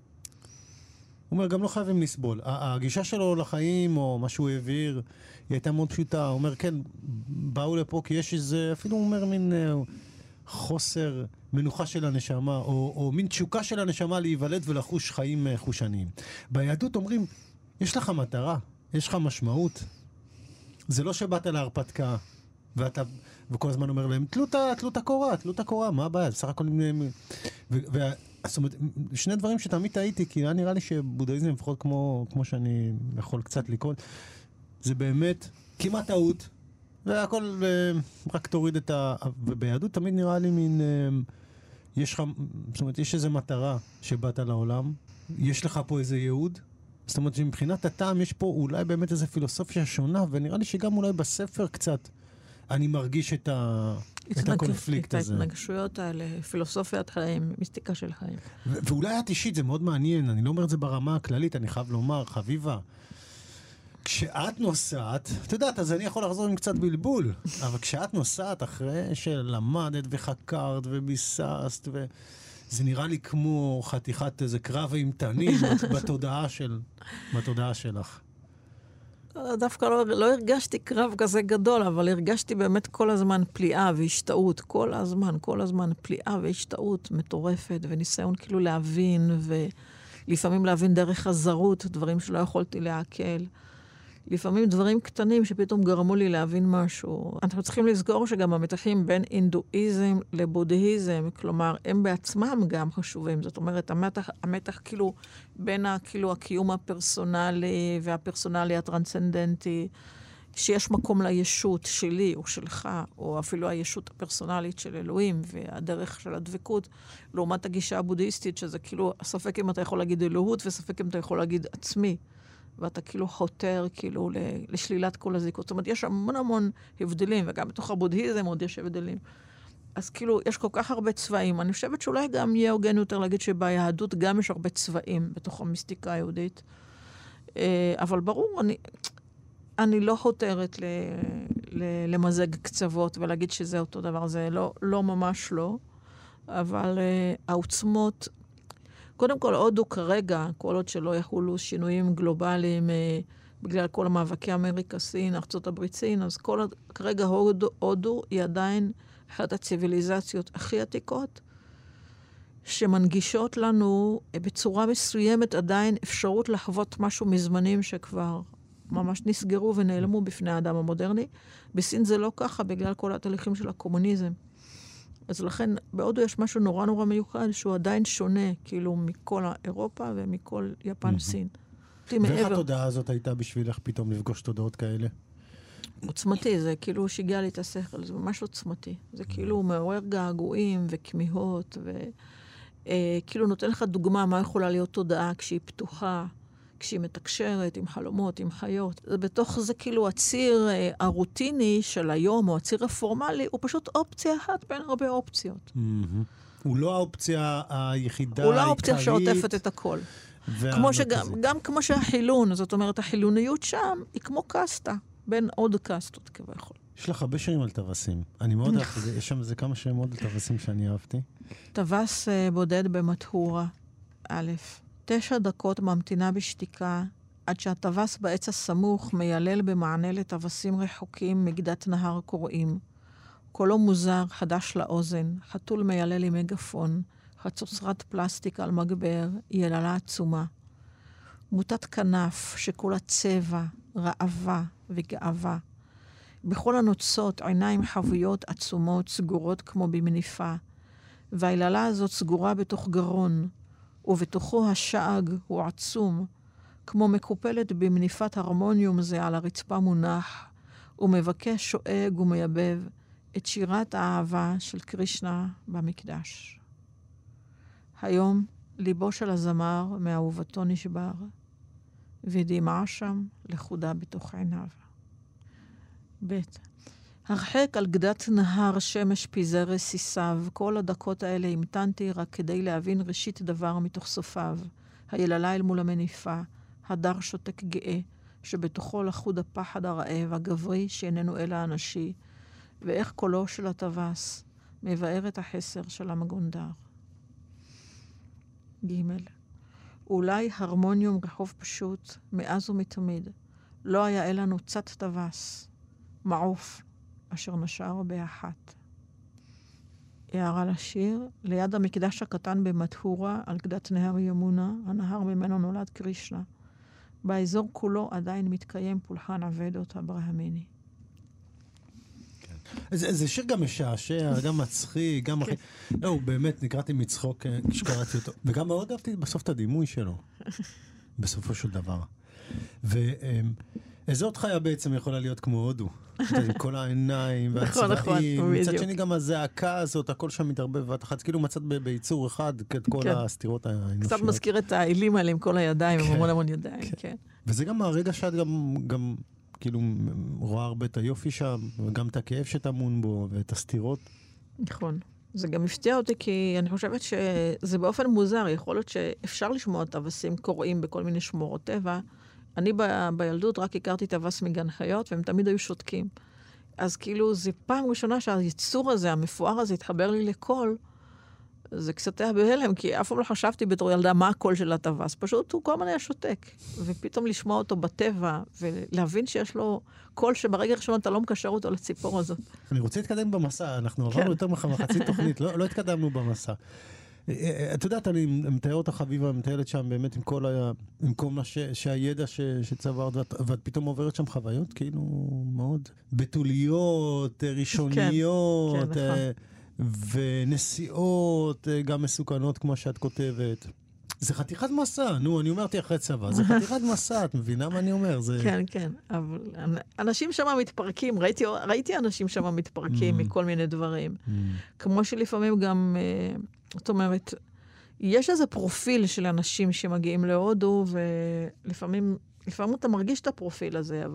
הוא אומר, גם לא חייבים לסבול. הגישה שלו לחיים, או מה שהוא העביר, היא הייתה מאוד פשוטה. הוא אומר, כן, באו לפה כי יש איזה, אפילו הוא אומר, מין חוסר מנוחה של הנשמה, או מין תשוקה של הנשמה להיוולד ולחוש חיים חושניים. ביהדות אומרים, יש לך מטרה, יש לך משמעות. זה לא שבאת להרפתקה, וכל הזמן אומר להם, תלות הקורה, מה הבעיה? בסך הכל... זאת אומרת, שני דברים שתמיד טעיתי, כי נראה לי שבודהיזם, לפחות כמו שאני יכול קצת לקרוא, זה באמת כמעט טעות, והכל רק תוריד את וביהדות תמיד נראה לי מין... זאת אומרת, יש איזו מטרה שבאת לעולם, יש לך פה איזה ייעוד, זאת אומרת שמבחינת הטעם יש פה אולי באמת איזו פילוסופיה שונה, ונראה לי שגם אולי בספר קצת אני מרגיש את הקונפליקט הזה.
את ההתנגשויות האלה, פילוסופיית חיים, מיסטיקה של חיים.
ואולי את אישית, זה מאוד מעניין, אני לא אומר את זה ברמה הכללית, אני חייב לומר, חביבה, כשאת נוסעת, את יודעת, אז אני יכול לחזור עם קצת בלבול, אבל כשאת נוסעת אחרי שלמדת וחקרת וביססת, זה נראה לי כמו חתיכת איזה קרב עם תנים בתודעה שלך.
דווקא לא הרגשתי קרב כזה גדול, אבל הרגשתי באמת כל הזמן פליאה והשתאות, כל הזמן פליאה והשתאות מטורפת, וניסיון כאילו להבין, ולפעמים להבין דרך הזרות, דברים שלא יכולתי להקל. לפעמים דברים קטנים שפתאום גרמו לי להבין משהו. אנחנו צריכים לזכור שגם המתחים בין אינדואיזם לבודהיזם, כלומר, הם בעצמם גם חשובים. זאת אומרת, המתח כאילו בין כאילו הקיום הפרסונלי והפרסונלי הטרנסצנדנטי, שיש מקום לישות שלי או שלך, או אפילו הישות הפרסונלית של אלוהים והדרך של הדבקות, לעומת הגישה הבודהיסטית, שזה כאילו, ספק אם אתה יכול להגיד אלוהות וספק אם אתה יכול להגיד עצמי. ואתה כאילו חותר כאילו לשלילת כל הזיקות. זאת אומרת, יש המון הבדלים, וגם בתוך הבודהיזם עוד יש הבדלים. אז כאילו, יש כל כך הרבה צבעים. אני חושבת שאולי גם יהיה הוגן יותר להגיד שביהדות גם יש הרבה צבעים בתוך המיסטיקה היהודית. אבל ברור, אני לא חותרת למזג קצוות ולהגיד שזה אותו דבר. זה לא ממש לא. אבל העוצמות... קודם כל, הודו כרגע, כל עוד שלא יחולו שינויים גלובליים בגלל כל המאבקי אמריקה, סין, ארצות הברית, סין, אז כרגע הודו היא עדיין אחת הציביליזציות הכי עתיקות, שמנגישות לנו בצורה מסוימת עדיין אפשרות לחוות משהו מזמנים שכבר ממש נסגרו ונעלמו בפני האדם המודרני. בסין זה לא ככה בגלל כל התהליכים של הקומוניזם. אז לכן, בהודו יש משהו נורא מיוחד, שהוא עדיין שונה, כאילו, מכל אירופה ומכל יפן, סין.
ואיך התודעה הזאת הייתה בשבילך פתאום לפגוש תודעות כאלה?
עוצמתי, זה כאילו שיגע לי את השכל, זה ממש עוצמתי. זה כאילו מעורר געגועים וכמיהות, וכאילו נותן לך דוגמה מה יכולה להיות תודעה כשהיא פתוחה, כשהיא מתקשרת עם חלומות, עם חיות. בתוך זה כאילו הציר הרוטיני של היום, או הציר הפורמלי, הוא פשוט אופציה אחת בין הרבה אופציות.
הוא לא האופציה היחידה,
הוא לא האופציה שעוטפת את הכל. גם כמו שהחילון, זאת אומרת, החילוניות שם היא כמו קסטה, בין עוד קסטות כביכול.
יש לך הרבה שירים על טווסים. אני מאוד אהבתי, יש שם איזה כמה שירים מאוד על טווסים שאני אהבתי.
טווס בודד במטהורה, א', 9 דקות ממתינה בשתיקה, עד שהטווס בעץ הסמוך מיילל במענה לטווסים רחוקים מגדת נהר קוראים. קולו מוזר, חדש לאוזן, חתול מיילל עם מגפון, חצוצרת פלסטיק על מגבר, יללה עצומה. מוטת כנף שכולה צבע, רעבה וגאווה. בכל הנוצות עיניים חבויות עצומות סגורות כמו במניפה, והיללה הזאת סגורה בתוך גרון, ובתוכו השאג הוא עצום, כמו מקופלת במניפת הרמוניום זה על הרצפה מונח, ומבקש שואג ומייבב את שירת האהבה של קרישנה במקדש. היום ליבו של הזמר מאהובתו נשבר, ודמעה שם לחודה בתוך עיניו. ב' הרחק על גדת נהר שמש פיזר רסיסיו, כל הדקות האלה המתנתי רק כדי להבין ראשית דבר מתוך סופיו. היללה אל מול המניפה, הדר שותק גאה, שבתוכו לחוד הפחד הרעב, הגברי שאיננו אלא אנשי, ואיך קולו של הטווס מבאר את החסר של המגונדר. ג' אולי הרמוניום רחוב פשוט, מאז ומתמיד, לא היה אלא נוצת טווס, מעוף, אשר נשר באחת. הערה לשיר, ליד המקדש הקטן במטהורה, על גדת נהר ימונה, הנהר ממנו נולד קרישנה. באזור כולו עדיין מתקיים פולחן אבדות אברהמיני.
זה שיר גם משעשע, גם מצחיק, גם אחי... לא, הוא באמת, נקראתי מצחוק כשקראתי אותו. וגם מאוד אהבתי בסוף את הדימוי שלו, בסופו של דבר. ואיזה עוד חיה בעצם יכולה להיות כמו הודו? עם כל העיניים והצבעים. מצד שני גם הזעקה הזאת, הכל שם מתערבב בבת אחת. כאילו מצאת ביצור אחד את כל הסתירות האנושיות.
קצת מזכיר את האלים האלה עם כל הידיים, עם המון המון ידיים, כן.
וזה גם הרגע שאת גם כאילו רואה הרבה את היופי שם, וגם את הכאב שתמון בו, ואת הסתירות. נכון.
זה גם הפתיע אותי, כי אני חושבת שזה באופן מוזר, יכול להיות שאפשר לשמוע את טווסים קוראים בכל מיני שמורות טבע. אני בילדות רק הכרתי טווס מגן חיות, והם תמיד היו שותקים. אז כאילו, זה פעם ראשונה שהיצור הזה, המפואר הזה, התחבר לי לקול. זה קצת היה בהלם, כי אף פעם לא חשבתי בתור ילדה מה הקול של הטווס. פשוט הוא כל הזמן היה שותק. ופתאום לשמוע אותו בטבע, ולהבין שיש לו קול שברגע ראשון אתה לא מקשר אותו לציפור הזאת.
אני רוצה להתקדם במסע, אנחנו עברנו יותר מחצי תוכנית, לא התקדמנו במסע. את יודעת, אני מתאר אותך חביבה, מטיילת שם באמת עם כל מה שהידע שצברת, ואת פתאום עוברת שם חוויות כאילו מאוד בתוליות, ראשוניות, ונסיעות גם מסוכנות כמו שאת כותבת. זה חתיכת מסע, אני אומרתי אחרי צבא, זה חתיכת מסע, את מבינה מה אני אומר?
כן, כן, אבל אנשים שם מתפרקים, ראיתי אנשים שם מתפרקים מכל מיני דברים. כמו שלפעמים גם, זאת אומרת, יש איזה פרופיל של אנשים שמגיעים להודו, ולפעמים אתה מרגיש את הפרופיל הזה,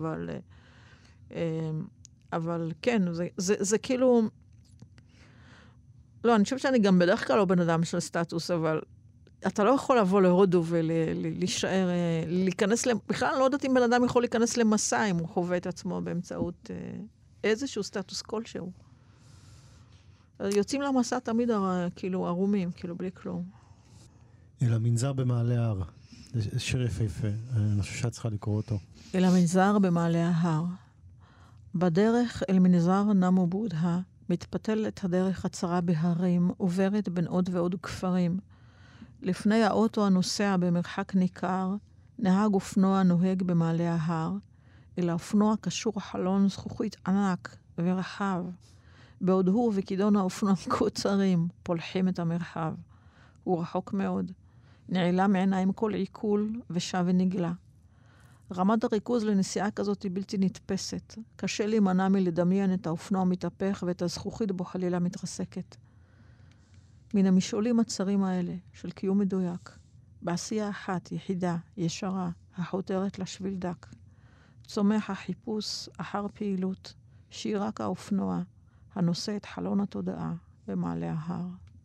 אבל כן, זה כאילו, לא, אני חושבת שאני גם בדרך כלל לא בן אדם של סטטוס, אבל אתה לא יכול לבוא להודו ולהישאר, להיכנס, בכלל לא יודעת אם בן אדם יכול להיכנס למסע, אם הוא חווה את עצמו באמצעות איזשהו סטטוס כלשהו. יוצאים למסע תמיד כאילו ערומים, כאילו בלי כלום.
אל המנזר במעלה ההר. זה שיר יפהפה, אני חושב שאת צריכה לקרוא אותו.
אל המנזר במעלה ההר. בדרך אל מנזר נמו בודהה, מתפתלת הדרך הצרה בהרים, עוברת בין עוד ועוד כפרים. לפני האוטו הנוסע במרחק ניכר, נהג אופנוע נוהג במעלה ההר, אל האופנוע קשור חלון זכוכית ענק ורחב. בעוד הוא וכידון האופנוע קוצרים, פולחים את המרחב. הוא רחוק מאוד. נעילה מעיניים כל עיכול ושב ונגלה. רמת הריכוז לנסיעה כזאת היא בלתי נתפסת. קשה להימנע מלדמיין את האופנוע מתהפך ואת הזכוכית בו חלילה מתרסקת. מן המשעולים הצרים האלה של קיום מדויק, בעשייה אחת, יחידה, ישרה, החותרת לשביל דק, צומח החיפוש אחר פעילות, שהיא רק האופנוע, הנושא את חלון התודעה במעלה ההר.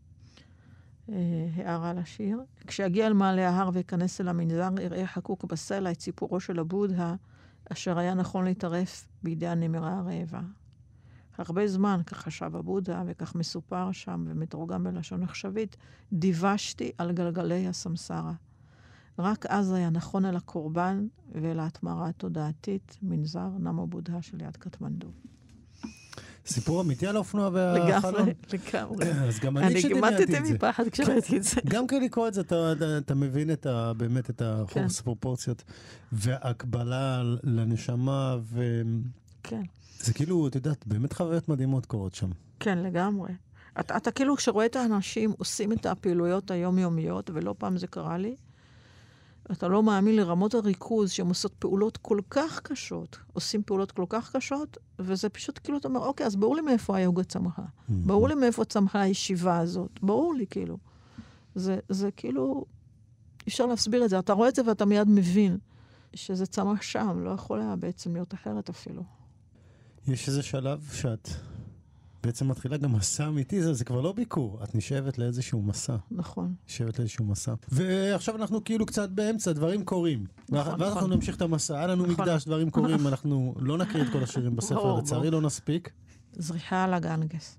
הערה לשיר. כשהגיע אל מעלה ההר וכנס אל המנזר, יראה חקוק בסלע את סיפורו של הבודה, אשר היה נכון להתערף בידי הנמרה הרעבה. הרבה זמן, כך חשב הבודה, וכך מסופר שם ומתורגם בלשון עכשווית, דיוושתי על גלגלי הסמסרה. רק אז היה נכון אל הקורבן ואל ההתמרה התודעתית, מנזר נמו בודה של יד קטמנדו.
סיפור אמיתי על האופנוע והחלון?
לגמרי.
אז גם אני שדמיינתי את זה.
אני גמדתי מפחד כשראיתי את זה.
גם כן לקרוא את זה, אתה מבין באמת את החורס פרופורציות, והקבלה לנשמה,
כן.
זה כאילו, את יודעת, באמת חוויות מדהימות קורות שם.
כן, לגמרי. אתה כאילו, כשרואה את האנשים עושים את הפעילויות היומיומיות, ולא פעם זה קרה לי, אתה לא מאמין לרמות הריכוז שהם עושות פעולות כל כך קשות, עושים פעולות כל כך קשות, וזה פשוט כאילו, אתה אומר, אוקיי, אז ברור לי מאיפה היוגה צמחה. ברור לי מאיפה צמחה הישיבה הזאת. ברור לי, כאילו. זה כאילו, אפשר להסביר את זה. אתה רואה את זה ואתה מיד מבין שזה צמח שם, לא יכול היה בעצם להיות אחרת אפילו.
יש איזה שלב שאת בעצם מתחילה גם מסע אמיתי, זה כבר לא ביקור, את נשאבת לאיזשהו מסע.
נכון.
נשאבת לאיזשהו מסע. ועכשיו אנחנו כאילו קצת באמצע, דברים קורים. ואז אנחנו נמשיך את המסע, היה לנו מקדש, דברים קורים, אנחנו לא נקריא את כל השירים בספר, לצערי לא נספיק.
זריחה על הגנגס.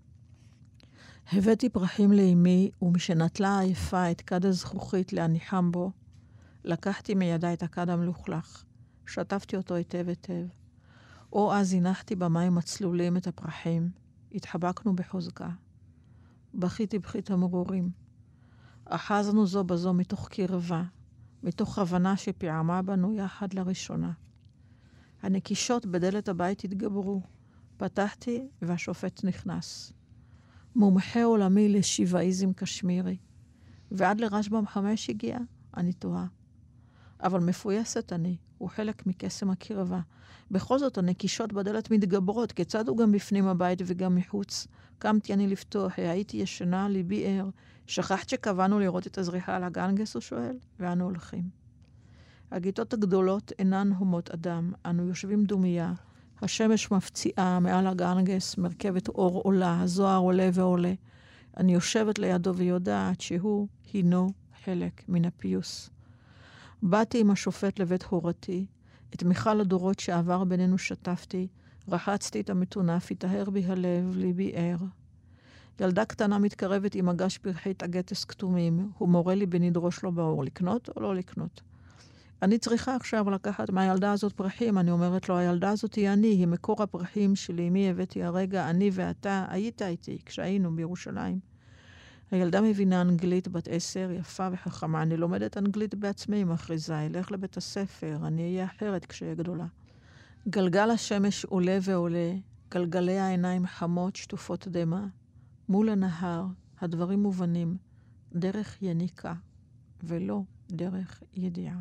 הבאתי פרחים לאמי, ומשנטלה עייפה את כד הזכוכית להניחם בו, לקחתי מידי את הכד המלוכלך, שטפתי אותו היטב היטב. או אז הנחתי במים הצלולים את הפרחים, התחבקנו בחוזקה. בכיתי בכית המרורים. אחזנו זו בזו מתוך קרבה, מתוך הבנה שפיעמה בנו יחד לראשונה. הנקישות בדלת הבית התגברו. פתחתי והשופט נכנס. מומחה עולמי לשיבאיזם קשמירי. ועד לרשב"ם 5 הגיע, אני תוהה. אבל מפויסת אני, הוא חלק מקסם הקרבה. בכל זאת, הנקישות בדלת מתגברות, כיצד הוא גם בפנים הבית וגם מחוץ. קמתי אני לפתוח, הייתי ישנה, ליבי ער. שכחת שקבענו לראות את הזריחה על הגנגס, הוא שואל, ואנו הולכים. הגיטות הגדולות אינן הומות אדם, אנו יושבים דומיה. השמש מפציעה מעל הגנגס, מרכבת אור עולה, הזוהר עולה ועולה. אני יושבת לידו ויודעת שהוא, הינו, חלק מן הפיוס. באתי עם השופט לבית הורתי, את מיכל הדורות שעבר בינינו שטפתי, רחצתי את המטונף, התאהר בי הלב, ליבי ער. ילדה קטנה מתקרבת עם מגש פרחית אגטס כתומים, הוא מורה לי בנדרוש לו באור, לקנות או לא לקנות. אני צריכה עכשיו לקחת מהילדה הזאת פרחים, אני אומרת לו, הילדה הזאת היא אני, היא מקור הפרחים שלי, מי הבאתי הרגע, אני ואתה, היית איתי, כשהיינו בירושלים. הילדה מבינה אנגלית, בת 10, יפה וחכמה, אני לומדת אנגלית בעצמי, מכריזה, אלך לבית הספר, אני אהיה אחרת כשאהיה גדולה. גלגל השמש עולה ועולה, גלגלי העיניים חמות, שטופות דמה, מול הנהר, הדברים מובנים, דרך יניקה, ולא דרך ידיעה.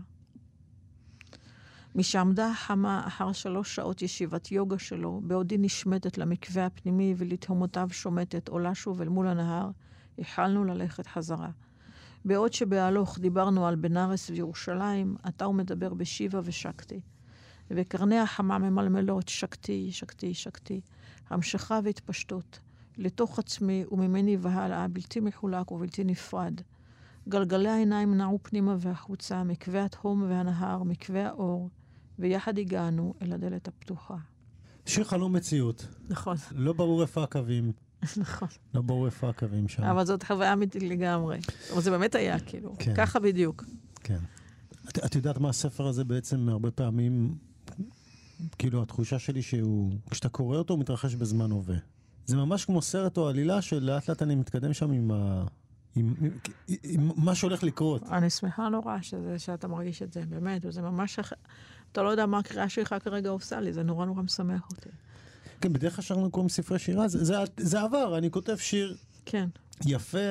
משעמדה החמה אחר 3 שעות ישיבת יוגה שלו, בעודי נשמטת למקווה הפנימי ולתהומותיו שומטת, עולה שוב אל מול הנהר, החלנו ללכת חזרה. בעוד שבהלוך דיברנו על בנארס וירושלים, אתה הוא מדבר בשיבה ושקתי. וקרני החמה ממלמלות, שקתי, שקתי, שקתי, המשכה והתפשטות, לתוך עצמי וממני והלאה, בלתי מחולק ובלתי נפרד. גלגלי העיניים נעו פנימה והחוצה, מקווה התהום והנהר, מקווה האור, ויחד הגענו אל הדלת הפתוחה.
שיר חלום מציאות.
נכון.
לא ברור איפה הקווים.
נכון.
לא ברור איפה הקווים שם.
אבל זאת חוויה אמיתית לגמרי. אבל זה באמת היה, כאילו. כן. ככה בדיוק.
כן. את יודעת מה הספר הזה בעצם הרבה פעמים, כאילו התחושה שלי שהוא, כשאתה קורא אותו הוא מתרחש בזמן הווה. זה ממש כמו סרט או עלילה שלאט לאט אני מתקדם שם עם מה שהולך לקרות.
אני שמחה נורא שאתה מרגיש את זה, באמת, וזה ממש, אתה לא יודע מה הקריאה שלך כרגע עושה לי, זה נורא נורא משמח אותי.
כן, בדרך כלל שאנחנו קוראים ספרי שירה, זה עבר, אני כותב שיר
כן.
יפה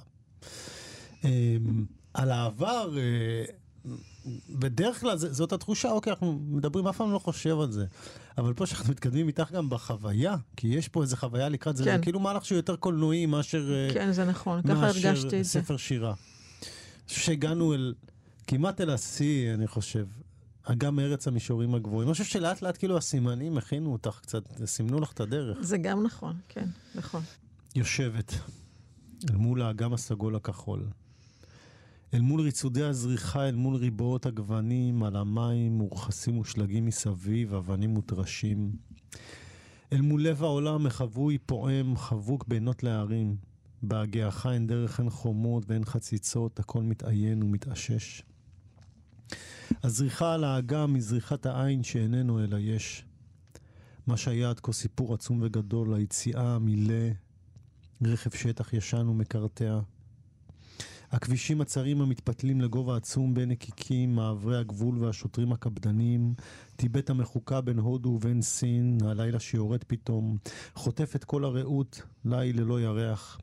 על העבר, בדרך כלל זאת התחושה, אוקיי, אנחנו מדברים, אף פעם לא חושב על זה, אבל פה שאנחנו מתקדמים איתך גם בחוויה, כי יש פה איזו חוויה לקראת זה, זה כאילו מהלך שהוא יותר קולנועי מאשר...
כן, זה נכון, ככה הרגשתי את זה.
ספר שירה. שהגענו כמעט אל השיא, אני חושב, גם ארץ המישורים הגבוהים. אני חושב שלאט לאט כאילו הסימנים הכינו אותך קצת, סימנו לך את הדרך.
זה גם נכון, כן, נכון.
יושבת אל מול האגם הסגול הכחול. אל מול ריצודי הזריחה, אל מול ריבועות הגוונים, על המים מורחסים ושלגים מסביב, אבנים מוטרשים. אל מול לב העולם מחבוי פועם, חבוק בינות להרים. בהגיעך אין דרך, אין חומות ואין חציצות, הכל מתעיין ומתאשש. הזריחה על האגם היא זריחת העין שאיננו אלא יש. מה שהיה עד כה סיפור עצום וגדול, היציאה מילא, רכב שטח ישן ומקרטע. הכבישים הצרים המתפתלים לגובה עצום בין נקיקים, מעברי הגבול והשוטרים הקפדנים, טיבט המחוקה בין הודו ובין סין, הלילה שיורד פתאום, חוטף את כל הרעות, לילה ללא ירח.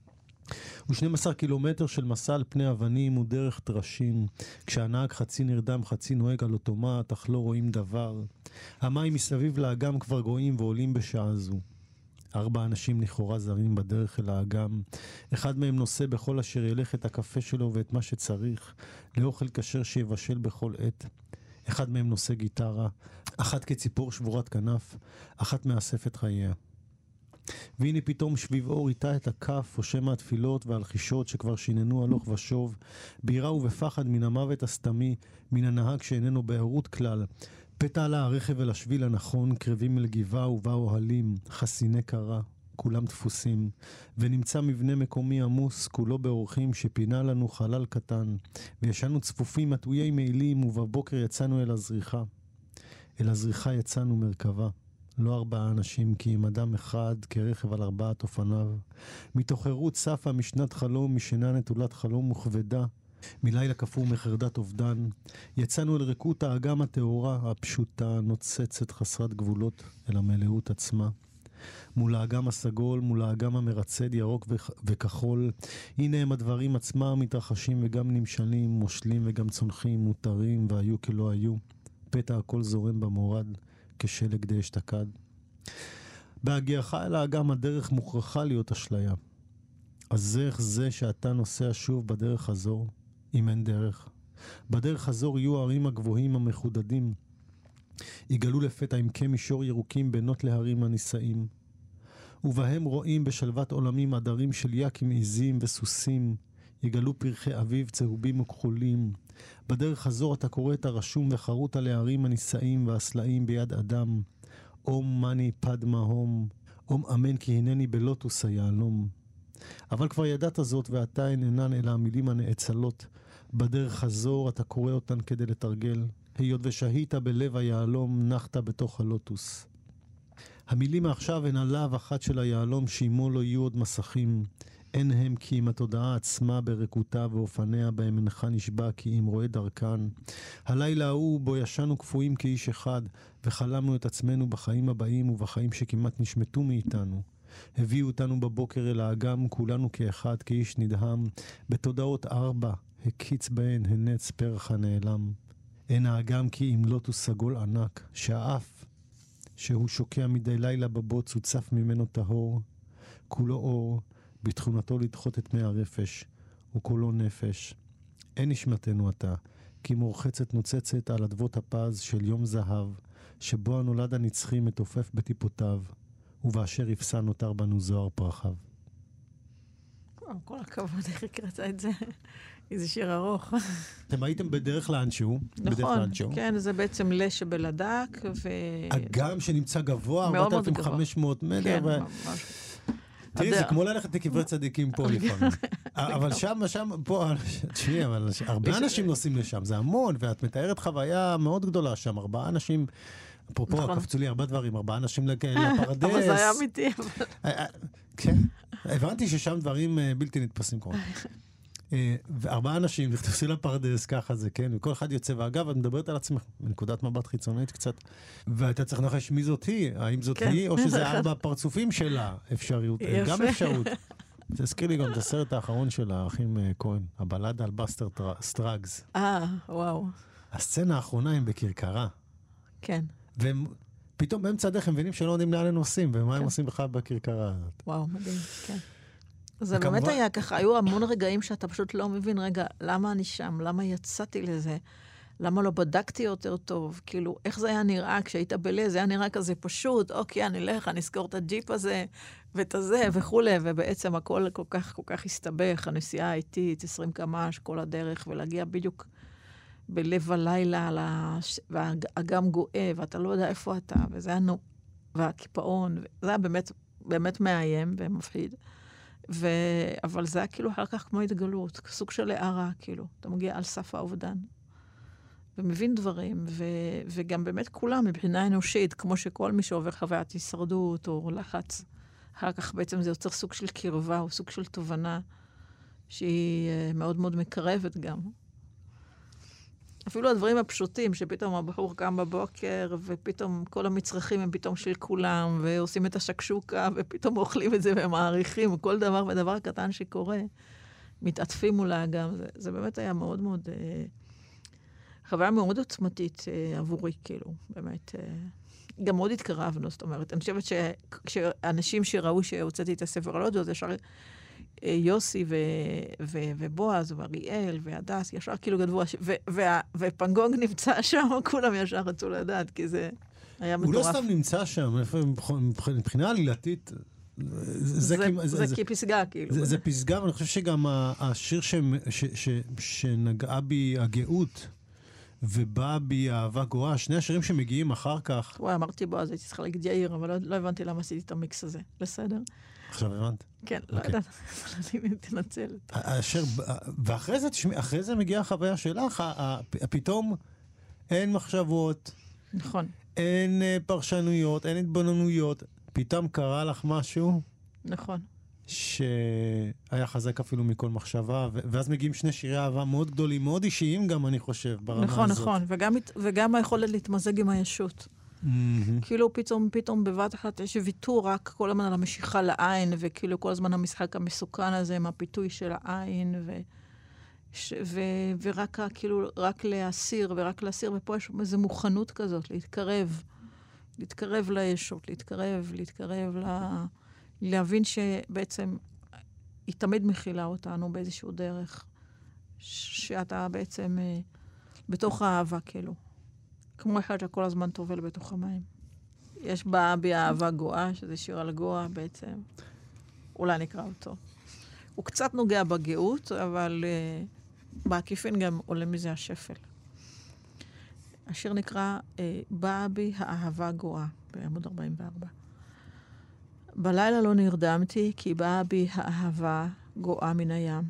ו12 קילומטר של מסע על פני אבנים ודרך טרשים, כשהנהג חצי נרדם, חצי נוהג על אוטומט, אך לא רואים דבר. המים מסביב לאגם כבר גויים ועולים בשעה זו. 4 אנשים לכאורה זרים בדרך אל האגם. אחד מהם נושא בכל אשר ילך את הקפה שלו ואת מה שצריך, לאוכל כשר שיבשל בכל עת. אחד מהם נושא גיטרה, אחת כציפור שבורת כנף, אחת מאספת חייה. והנה פתאום שביב אור איתה את הכף, או שמא התפילות והלחישות שכבר שיננו הלוך ושוב, בירה ובפחד מן המוות הסתמי, מן הנהג שאיננו בערות כלל. פתע עלה הרכב אל השביל הנכון, קרבים אל גבעה ובה אוהלים, חסיני קרה, כולם דפוסים, ונמצא מבנה מקומי עמוס, כולו באורחים שפינה לנו חלל קטן, וישנו צפופים מטויי מעילים, ובבוקר יצאנו אל הזריחה. אל הזריחה יצאנו מרכבה. לא 4 אנשים, כי עם אדם אחד כרכב על 4 אופניו. מתוך עירות צפה משנת חלום, משנה נטולת חלום וכבדה. מלילה כפור מחרדת אובדן. יצאנו אל ריקות האגם התאורה, הפשוטה, נוצצת, חסרת גבולות, אל המלאות עצמה. מול האגם הסגול, מול האגם המרצד, ירוק וכחול. הנה הם הדברים עצמם מתרחשים וגם נמשלים, מושלים וגם צונחים, מותרים והיו כלא היו. פתע הכל זורם במורד. כשלג די אשתקד. בהגיעך אל האגם הדרך מוכרחה להיות אשליה. אז איך זה שאתה נוסע שוב בדרך חזור, אם אין דרך? בדרך חזור יהיו הערים הגבוהים המחודדים. יגלו לפתע עמקי מישור ירוקים בינות להרים הנישאים. ובהם רואים בשלוות עולמים עדרים של יקים עיזים וסוסים. יגלו פרחי אביב צהובים וכחולים. בדרך חזור אתה קורא את הרשום וחרוט על הערים הנישאים והסלעים ביד אדם. אום מני פדמה הום, אום אמן כי הנני בלוטוס היעלום. אבל כבר ידעת זאת ואתה אינן אלא המילים הנאצלות. בדרך חזור אתה קורא אותן כדי לתרגל. היות ושהית בלב היעלום נחת בתוך הלוטוס. המילים מעכשיו הן עליו אחת של היעלום שעמו לא יהיו עוד מסכים. אין הם כי אם התודעה עצמה ברקותה ואופניה בהם אינך נשבע כי אם רואה דרכן. הלילה ההוא בו ישנו כפויים כאיש אחד וחלמנו את עצמנו בחיים הבאים ובחיים שכמעט נשמטו מאיתנו. הביאו אותנו בבוקר אל האגם כולנו כאחד כאיש נדהם. בתודעות 4 הקיץ בהן הנץ פרח הנעלם. אין האגם כי אם לוטוס סגול ענק שהאף שהוא שוקע מדי לילה בבוץ וצף ממנו טהור. כולו אור בתכונתו לדחות את מי הרפש, וכולו נפש. אין נשמתנו אתה, כי מורחצת נוצצת על אדבות הפז של יום זהב, שבו הנולד הנצחי מתופף בטיפותיו, ובאשר יפסה נותר בנו זוהר פרחיו.
כל הכבוד, איך הקראת את זה? איזה שיר ארוך.
אתם הייתם בדרך לאנשהו?
נכון, כן, זה בעצם לשבלדק,
אגם שנמצא גבוה, 4,500 מטר.
כן, ממש.
תראי, זה כמו ללכת לקברי צדיקים פה לפעמים. אבל שם, פה, תשמעי, אבל 4 אנשים נוסעים לשם, זה המון, ואת מתארת חוויה מאוד גדולה שם, 4 אנשים, אפרופו, קפצו לי הרבה דברים, 4 אנשים לפרדס.
אבל זה היה אמיתי.
כן, הבנתי ששם דברים בלתי נתפסים קודם. 4 אנשים נכנסו לפרדס, ככה זה, כן, וכל אחד יוצא, ואגב, את מדברת על עצמך, מנקודת מבט חיצונית קצת, ואתה צריך לנחש מי זאת היא, האם זאת היא, או שזה 4 פרצופים שלה, אפשריות, גם אפשרות. תזכיר לי גם את הסרט האחרון של האחים כהן, הבלדה על בסטר סטראגס.
וואו.
הסצנה האחרונה הם בכרכרה.
כן.
והם פתאום באמצע הדרך הם מבינים שלא יודעים לאן הם נוסעים, ומה הם עושים בכלל בכרכרה הזאת.
וואו, מדהים, כן. זה באמת היה ככה, היו המון רגעים שאתה פשוט לא מבין, רגע, למה אני שם? למה יצאתי לזה? למה לא בדקתי יותר טוב? כאילו, איך זה היה נראה כשהיית בלה? זה היה נראה כזה פשוט, אוקיי, אני אלך, אני אזכור את הג'יפ הזה, ואת הזה, וכו', ובעצם הכל כל כך הסתבך, הנסיעה האיטית, 20 קמ"ש, כל הדרך, ולהגיע בדיוק בלב הלילה, והאגם גואה, ואתה לא יודע איפה אתה, וזה היה והקיפאון, זה היה באמת מאיים ומפחיד. אבל זה היה כאילו אחר כך כמו התגלות, סוג של הערה, כאילו. אתה מגיע על סף האובדן. ומבין דברים, וגם באמת כולם מבחינה אנושית, כמו שכל מי שעובר חוויית הישרדות או לחץ, אחר כך בעצם זה יוצר סוג של קרבה או סוג של תובנה שהיא מאוד מאוד מקרבת גם. אפילו הדברים הפשוטים, שפתאום הבחור קם בבוקר, ופתאום כל המצרכים הם פתאום של כולם, ועושים את השקשוקה, ופתאום אוכלים את זה ומעריכים, וכל דבר ודבר קטן שקורה, מתעטפים מולה גם. זה באמת היה מאוד מאוד, חוויה מאוד עוצמתית עבורי, כאילו, באמת. גם מאוד התקרבנו, זאת אומרת. אני חושבת שכשאנשים שראו שהוצאתי את הספר על אודו, זה ישר יוסי ובועז ואריאל והדס, ישר כאילו גדבו, ופנגונג נמצא שם, כולם ישר רצו לדעת, כי זה היה מטורף.
הוא לא סתם נמצא שם, מבחינה עלילתית,
זה כפסגה, כאילו.
זה פסגה, ואני חושב שגם השיר שנגעה בי הגאות, ובאה בי אהבה גואה, שני השירים שמגיעים אחר כך.
וואי, אמרתי בועז, הייתי צריכה להגיד יאיר, אבל לא הבנתי למה עשיתי את המיקס הזה. בסדר?
עכשיו הבנת?
כן, לא יודעת, אבל אני מתנצלת.
ואחרי זה, תשמעי, אחרי זה מגיעה החוויה שלך, פתאום אין מחשבות,
נכון.
אין פרשנויות, אין התבוננויות, פתאום קרה לך משהו,
נכון.
שהיה חזק אפילו מכל מחשבה, ואז מגיעים שני שירי אהבה מאוד גדולים, מאוד אישיים גם, אני חושב, ברמה
נכון,
הזאת.
נכון, וגם היכולת להתמזג עם הישות. כאילו פתאום בבת אחת יש ויתור רק כל הזמן על המשיכה לעין, וכאילו כל הזמן המשחק המסוכן הזה עם הפיתוי של העין, ורק כאילו רק להסיר, ופה יש איזו מוכנות כזאת, להתקרב לישות, להתקרב להבין שבעצם היא תמיד מכילה אותנו באיזשהו דרך, שאתה בעצם בתוך האהבה, כאילו. כמו אחד שכל הזמן טובל בתוך המים. יש בי אהבה גואה, שזה שיר על גואה בעצם. אולי נקרא אותו. הוא קצת נוגע בגאות, אבל בעקיפין גם עולה מזה השפל. השיר נקרא באה בי האהבה גואה, בעמוד 44. בלילה לא נרדמתי, כי באה בי האהבה גואה מן הים.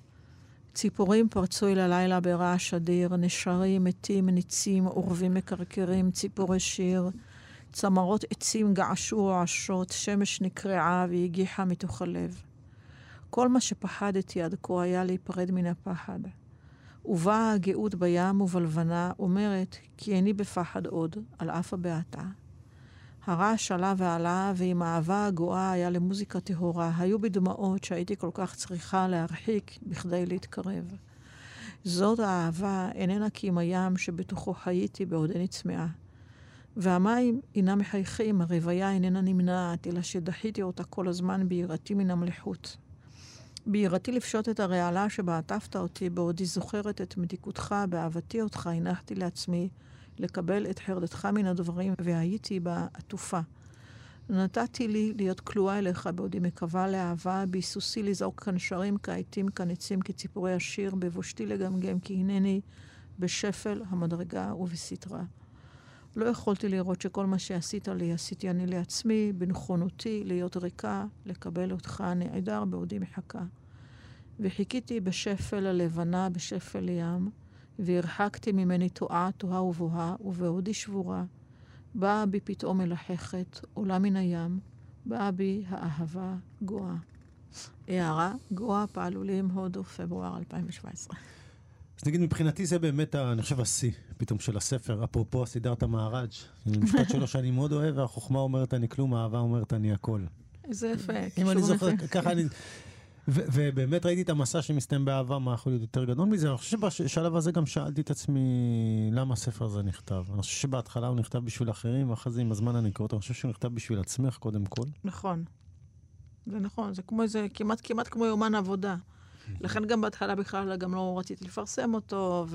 ציפורים פרצו אל הלילה ברעש אדיר, נשרים, מתים, ניצים, עורבים מקרקרים, ציפורי שיר, צמרות עצים געשו רועשות, שמש נקרעה והגיחה מתוך הלב. כל מה שפחדתי עד כה היה להיפרד מן הפחד. ובאה הגאות בים ובלבנה, אומרת, כי איני בפחד עוד, על אף הבעתה. הרעש עלה ועלה, ועם האהבה הגואה היה למוזיקה טהורה. היו בדמעות שהייתי כל כך צריכה להרחיק בכדי להתקרב. זאת האהבה איננה כי עם הים שבתוכו חייתי בעודני צמאה. והמים אינם מחייכים, הרוויה איננה נמנעת, אלא שדחיתי אותה כל הזמן ביראתי מן המלכות. ביראתי לפשוט את הרעלה שבעטפת אותי, בעודי זוכרת את מדיקותך, באהבתי אותך, הנחתי לעצמי, לקבל את חרדתך מן הדברים, והייתי בה עטופה. נתתי לי להיות כלואה אליך בעודי מקווה לאהבה, ביסוסי לזעוק כאן שרים, כעיתים, כנצים, כציפורי השיר, בבושתי לגמגם, כי הנני בשפל המדרגה ובסתרה. לא יכולתי לראות שכל מה שעשית לי, עשיתי אני לעצמי, בנכונותי להיות ריקה, לקבל אותך נעדר בעודי מחכה. וחיכיתי בשפל הלבנה, בשפל ים, והרחקתי ממני תועה ובוהה, ובעודי שבורה, באה בי פתאום מלחכת, עולה מן הים, באה בי האהבה גואה. הערה, גואה, פעלולים, הודו, פברואר 2017.
אז נגיד, מבחינתי זה באמת, אני חושב, השיא פתאום של הספר, אפרופו סידרתה מהראג', משפט שלו שאני מאוד אוהב, והחוכמה אומרת אני כלום, האהבה אומרת אני הכל.
איזה יפה.
אם אני זוכר, ככה אני... ובאמת ראיתי את המסע שמסתיים באהבה, מה יכול להיות יותר גדול מזה. אני חושב שבשלב הזה גם שאלתי את עצמי למה הספר הזה נכתב. אני חושב שבהתחלה הוא נכתב בשביל אחרים, ואחרי זה עם הזמן אני קורא אותו. אני חושב שהוא נכתב בשביל עצמך קודם כל.
נכון. זה נכון, זה כמו איזה, כמעט כמו יומן עבודה. לכן גם בהתחלה בכלל גם לא רציתי לפרסם אותו,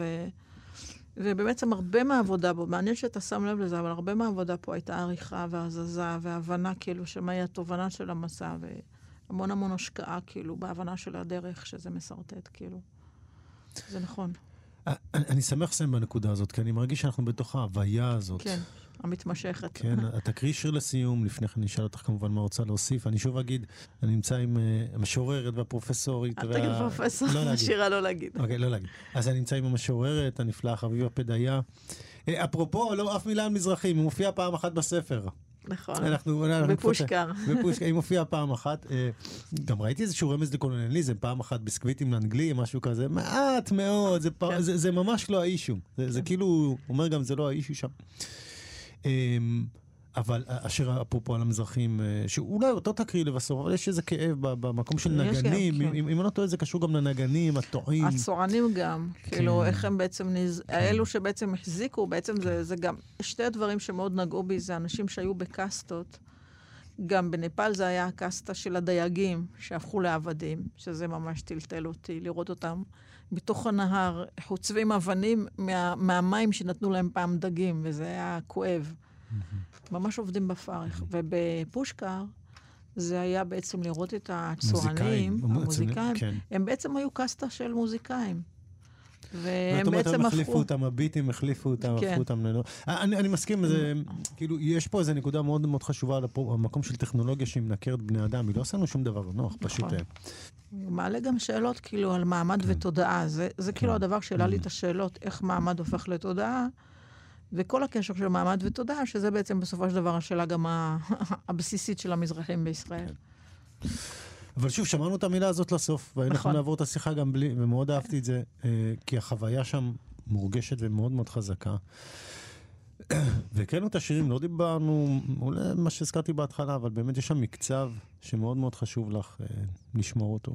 ובאמת הרבה מהעבודה בו, מעניין שאתה שם לב לזה, אבל הרבה מהעבודה פה הייתה עריכה והזזה והבנה כאילו שמהי התובנה של המסע, והמון המון השקעה כאילו בהבנה של הדרך שזה מסרטט כאילו. זה נכון.
אני שמח לסיים בנקודה הזאת, כי אני מרגיש שאנחנו בתוך ההוויה הזאת.
כן, המתמשכת.
כן, תקריא שיר לסיום, לפני כן אני אשאל אותך כמובן מה רוצה להוסיף. אני שוב אגיד, אני נמצא עם המשוררת והפרופסורית.
אל תגיד פרופסור, שירה לא להגיד.
אוקיי, לא להגיד. אז אני נמצא עם המשוררת, הנפלאה חביבה פדיה. אפרופו, לא אף מילה על מזרחים, היא מופיעה פעם אחת בספר.
נכון.
בפושקר. בפושקר, היא מופיעה פעם אחת. גם ראיתי איזשהו רמז לקולוניאליזם, פעם אחת ביסקוויטים לאנגלי, משהו כזה, מעט מאוד, זה ממש לא האישו. זה כאילו, הוא אומר גם, זה לא האישו שם. אבל אשר אפרופו על המזרחים, שאולי אותו תקריא לבסוף, אבל יש איזה כאב במקום של נגנים, אם לא טועה, זה קשור גם לנגנים, הטועים.
הצורנים גם, כאילו, איך הם בעצם, האלו שבעצם החזיקו, בעצם זה גם, שתי הדברים שמאוד נגעו בי, זה אנשים שהיו בקסטות, גם בנפאל זה היה הקסטה של הדייגים, שהפכו לעבדים, שזה ממש טלטל אותי, לראות אותם בתוך הנהר, חוצבים אבנים מהמים שנתנו להם פעם דגים, וזה היה כואב. ממש עובדים בפרך. ובפושקר זה היה בעצם לראות את הצורנים, המוזיקאים, הם בעצם היו קסטה של מוזיקאים. והם בעצם
החליפו אותם, הביטים החליפו אותם, הפכו אותם ללא. אני מסכים, כאילו, יש פה איזו נקודה מאוד מאוד חשובה על המקום של טכנולוגיה שהיא מנקרת בני אדם, היא לא עושה לנו שום דבר נוח, פשוט.
מעלה גם שאלות כאילו על מעמד ותודעה, זה כאילו הדבר שאלה לי את השאלות, איך מעמד הופך לתודעה, וכל הקשר של מעמד ותודעה, שזה בעצם בסופו של דבר השאלה גם הבסיסית של המזרחים בישראל.
אבל שוב, שמענו את המילה הזאת לסוף, ואנחנו נעבור את השיחה גם בלי, ומאוד אהבתי את זה, כי החוויה שם מורגשת ומאוד מאוד חזקה. והקראנו את השירים, לא דיברנו, אולי מה שהזכרתי בהתחלה, אבל באמת יש שם מקצב שמאוד מאוד חשוב לך לשמור אותו.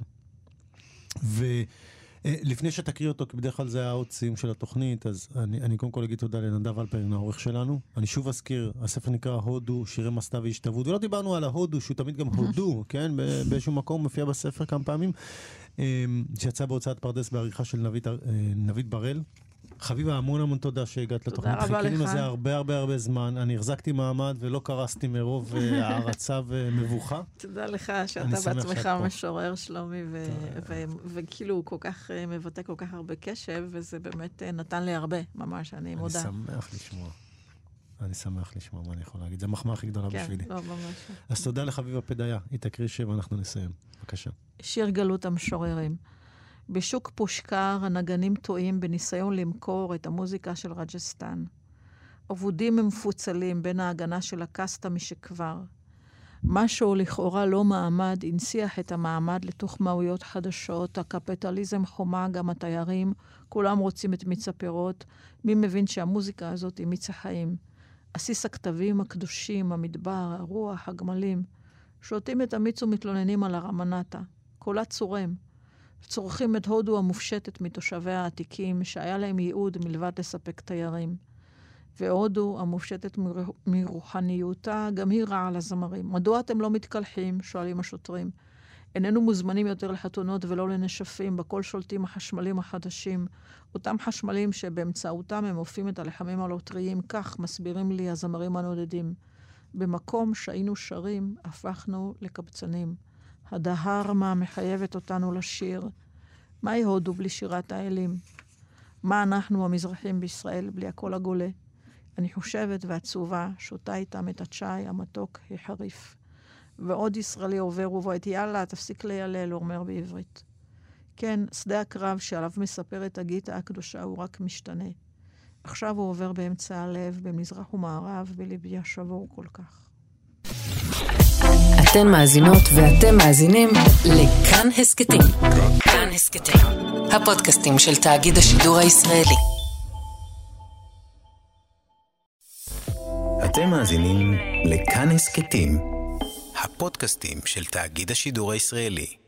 לפני שתקריא אותו, כי בדרך כלל זה העוצים של התוכנית, אז אני קודם כל אגיד תודה לנדב אלפרין, העורך שלנו. אני שוב אזכיר, הספר נקרא הודו, שירי מסתה והשתוות, ולא דיברנו על ההודו, שהוא תמיד גם הודו, כן? באיזשהו מקום מופיע בספר כמה פעמים, שיצא בהוצאת פרדס בעריכה של נבית בראל. חביבה, המון תודה שהגעת לתוכנית. חיכינו לזה הרבה זמן. אני החזקתי מעמד ולא קרסתי מרוב הערצה ומבוכה.
תודה לך שאתה בעצמך משורר שלומי, וכאילו הוא כל כך מבטא כל כך הרבה קשב, וזה באמת נתן לי הרבה, ממש, אני מודה.
אני שמח לשמוע מה אני יכול להגיד. זה המחמאה הכי גדולה בשבילי.
לא, ממש.
אז תודה לחביבה פדיה. היא תקריא שיר ואנחנו נסיים. בבקשה.
שיר גלות המשוררים. בשוק פושקר הנגנים טועים בניסיון למכור את המוזיקה של רג'סטן. עבודים מפוצלים בין ההגנה של הקסטה משכבר. משהו לכאורה לא מעמד הנסיח את המעמד לתוך מהויות חדשות, הקפיטליזם חומה, גם התיירים, כולם רוצים את מיץ הפירות. מי מבין שהמוזיקה הזאת היא מיץ החיים? עסיס הכתבים הקדושים, המדבר, הרוח, הגמלים, שותים את המיץ ומתלוננים על הרמנטה. קולה צורם. צורכים את הודו המופשטת מתושביה העתיקים, שהיה להם ייעוד מלבד לספק תיירים. והודו המופשטת מרוחניותה, גם היא רעה לזמרים. מדוע אתם לא מתקלחים? שואלים השוטרים. איננו מוזמנים יותר לחתונות ולא לנשפים, בכל שולטים החשמלים החדשים. אותם חשמלים שבאמצעותם הם הופים את הלחמים הלוטריים, כך מסבירים לי הזמרים הנודדים. במקום שהיינו שרים, הפכנו לקבצנים. הדהרמה מחייבת אותנו לשיר. מהי הודו בלי שירת האלים? מה אנחנו המזרחים בישראל בלי הקול הגולה? אני חושבת ועצובה, שותה איתם את הצ'אי, המתוק, החריף. ועוד ישראלי עובר ובועט, יאללה, תפסיק לילל, הוא אומר בעברית. כן, שדה הקרב שעליו מספרת הגיטה הקדושה הוא רק משתנה. עכשיו הוא עובר באמצע הלב, במזרח ומערב, בלבי השבור כל כך.
אתן מאזינות ואתם מאזינים לכאן הסקטים. כאן הסקטים, הפודקאסטים של תאגיד השידור הישראלי.
אתם מאזינים לכאן הסקטים, הפודקאסטים של תאגיד השידור הישראלי.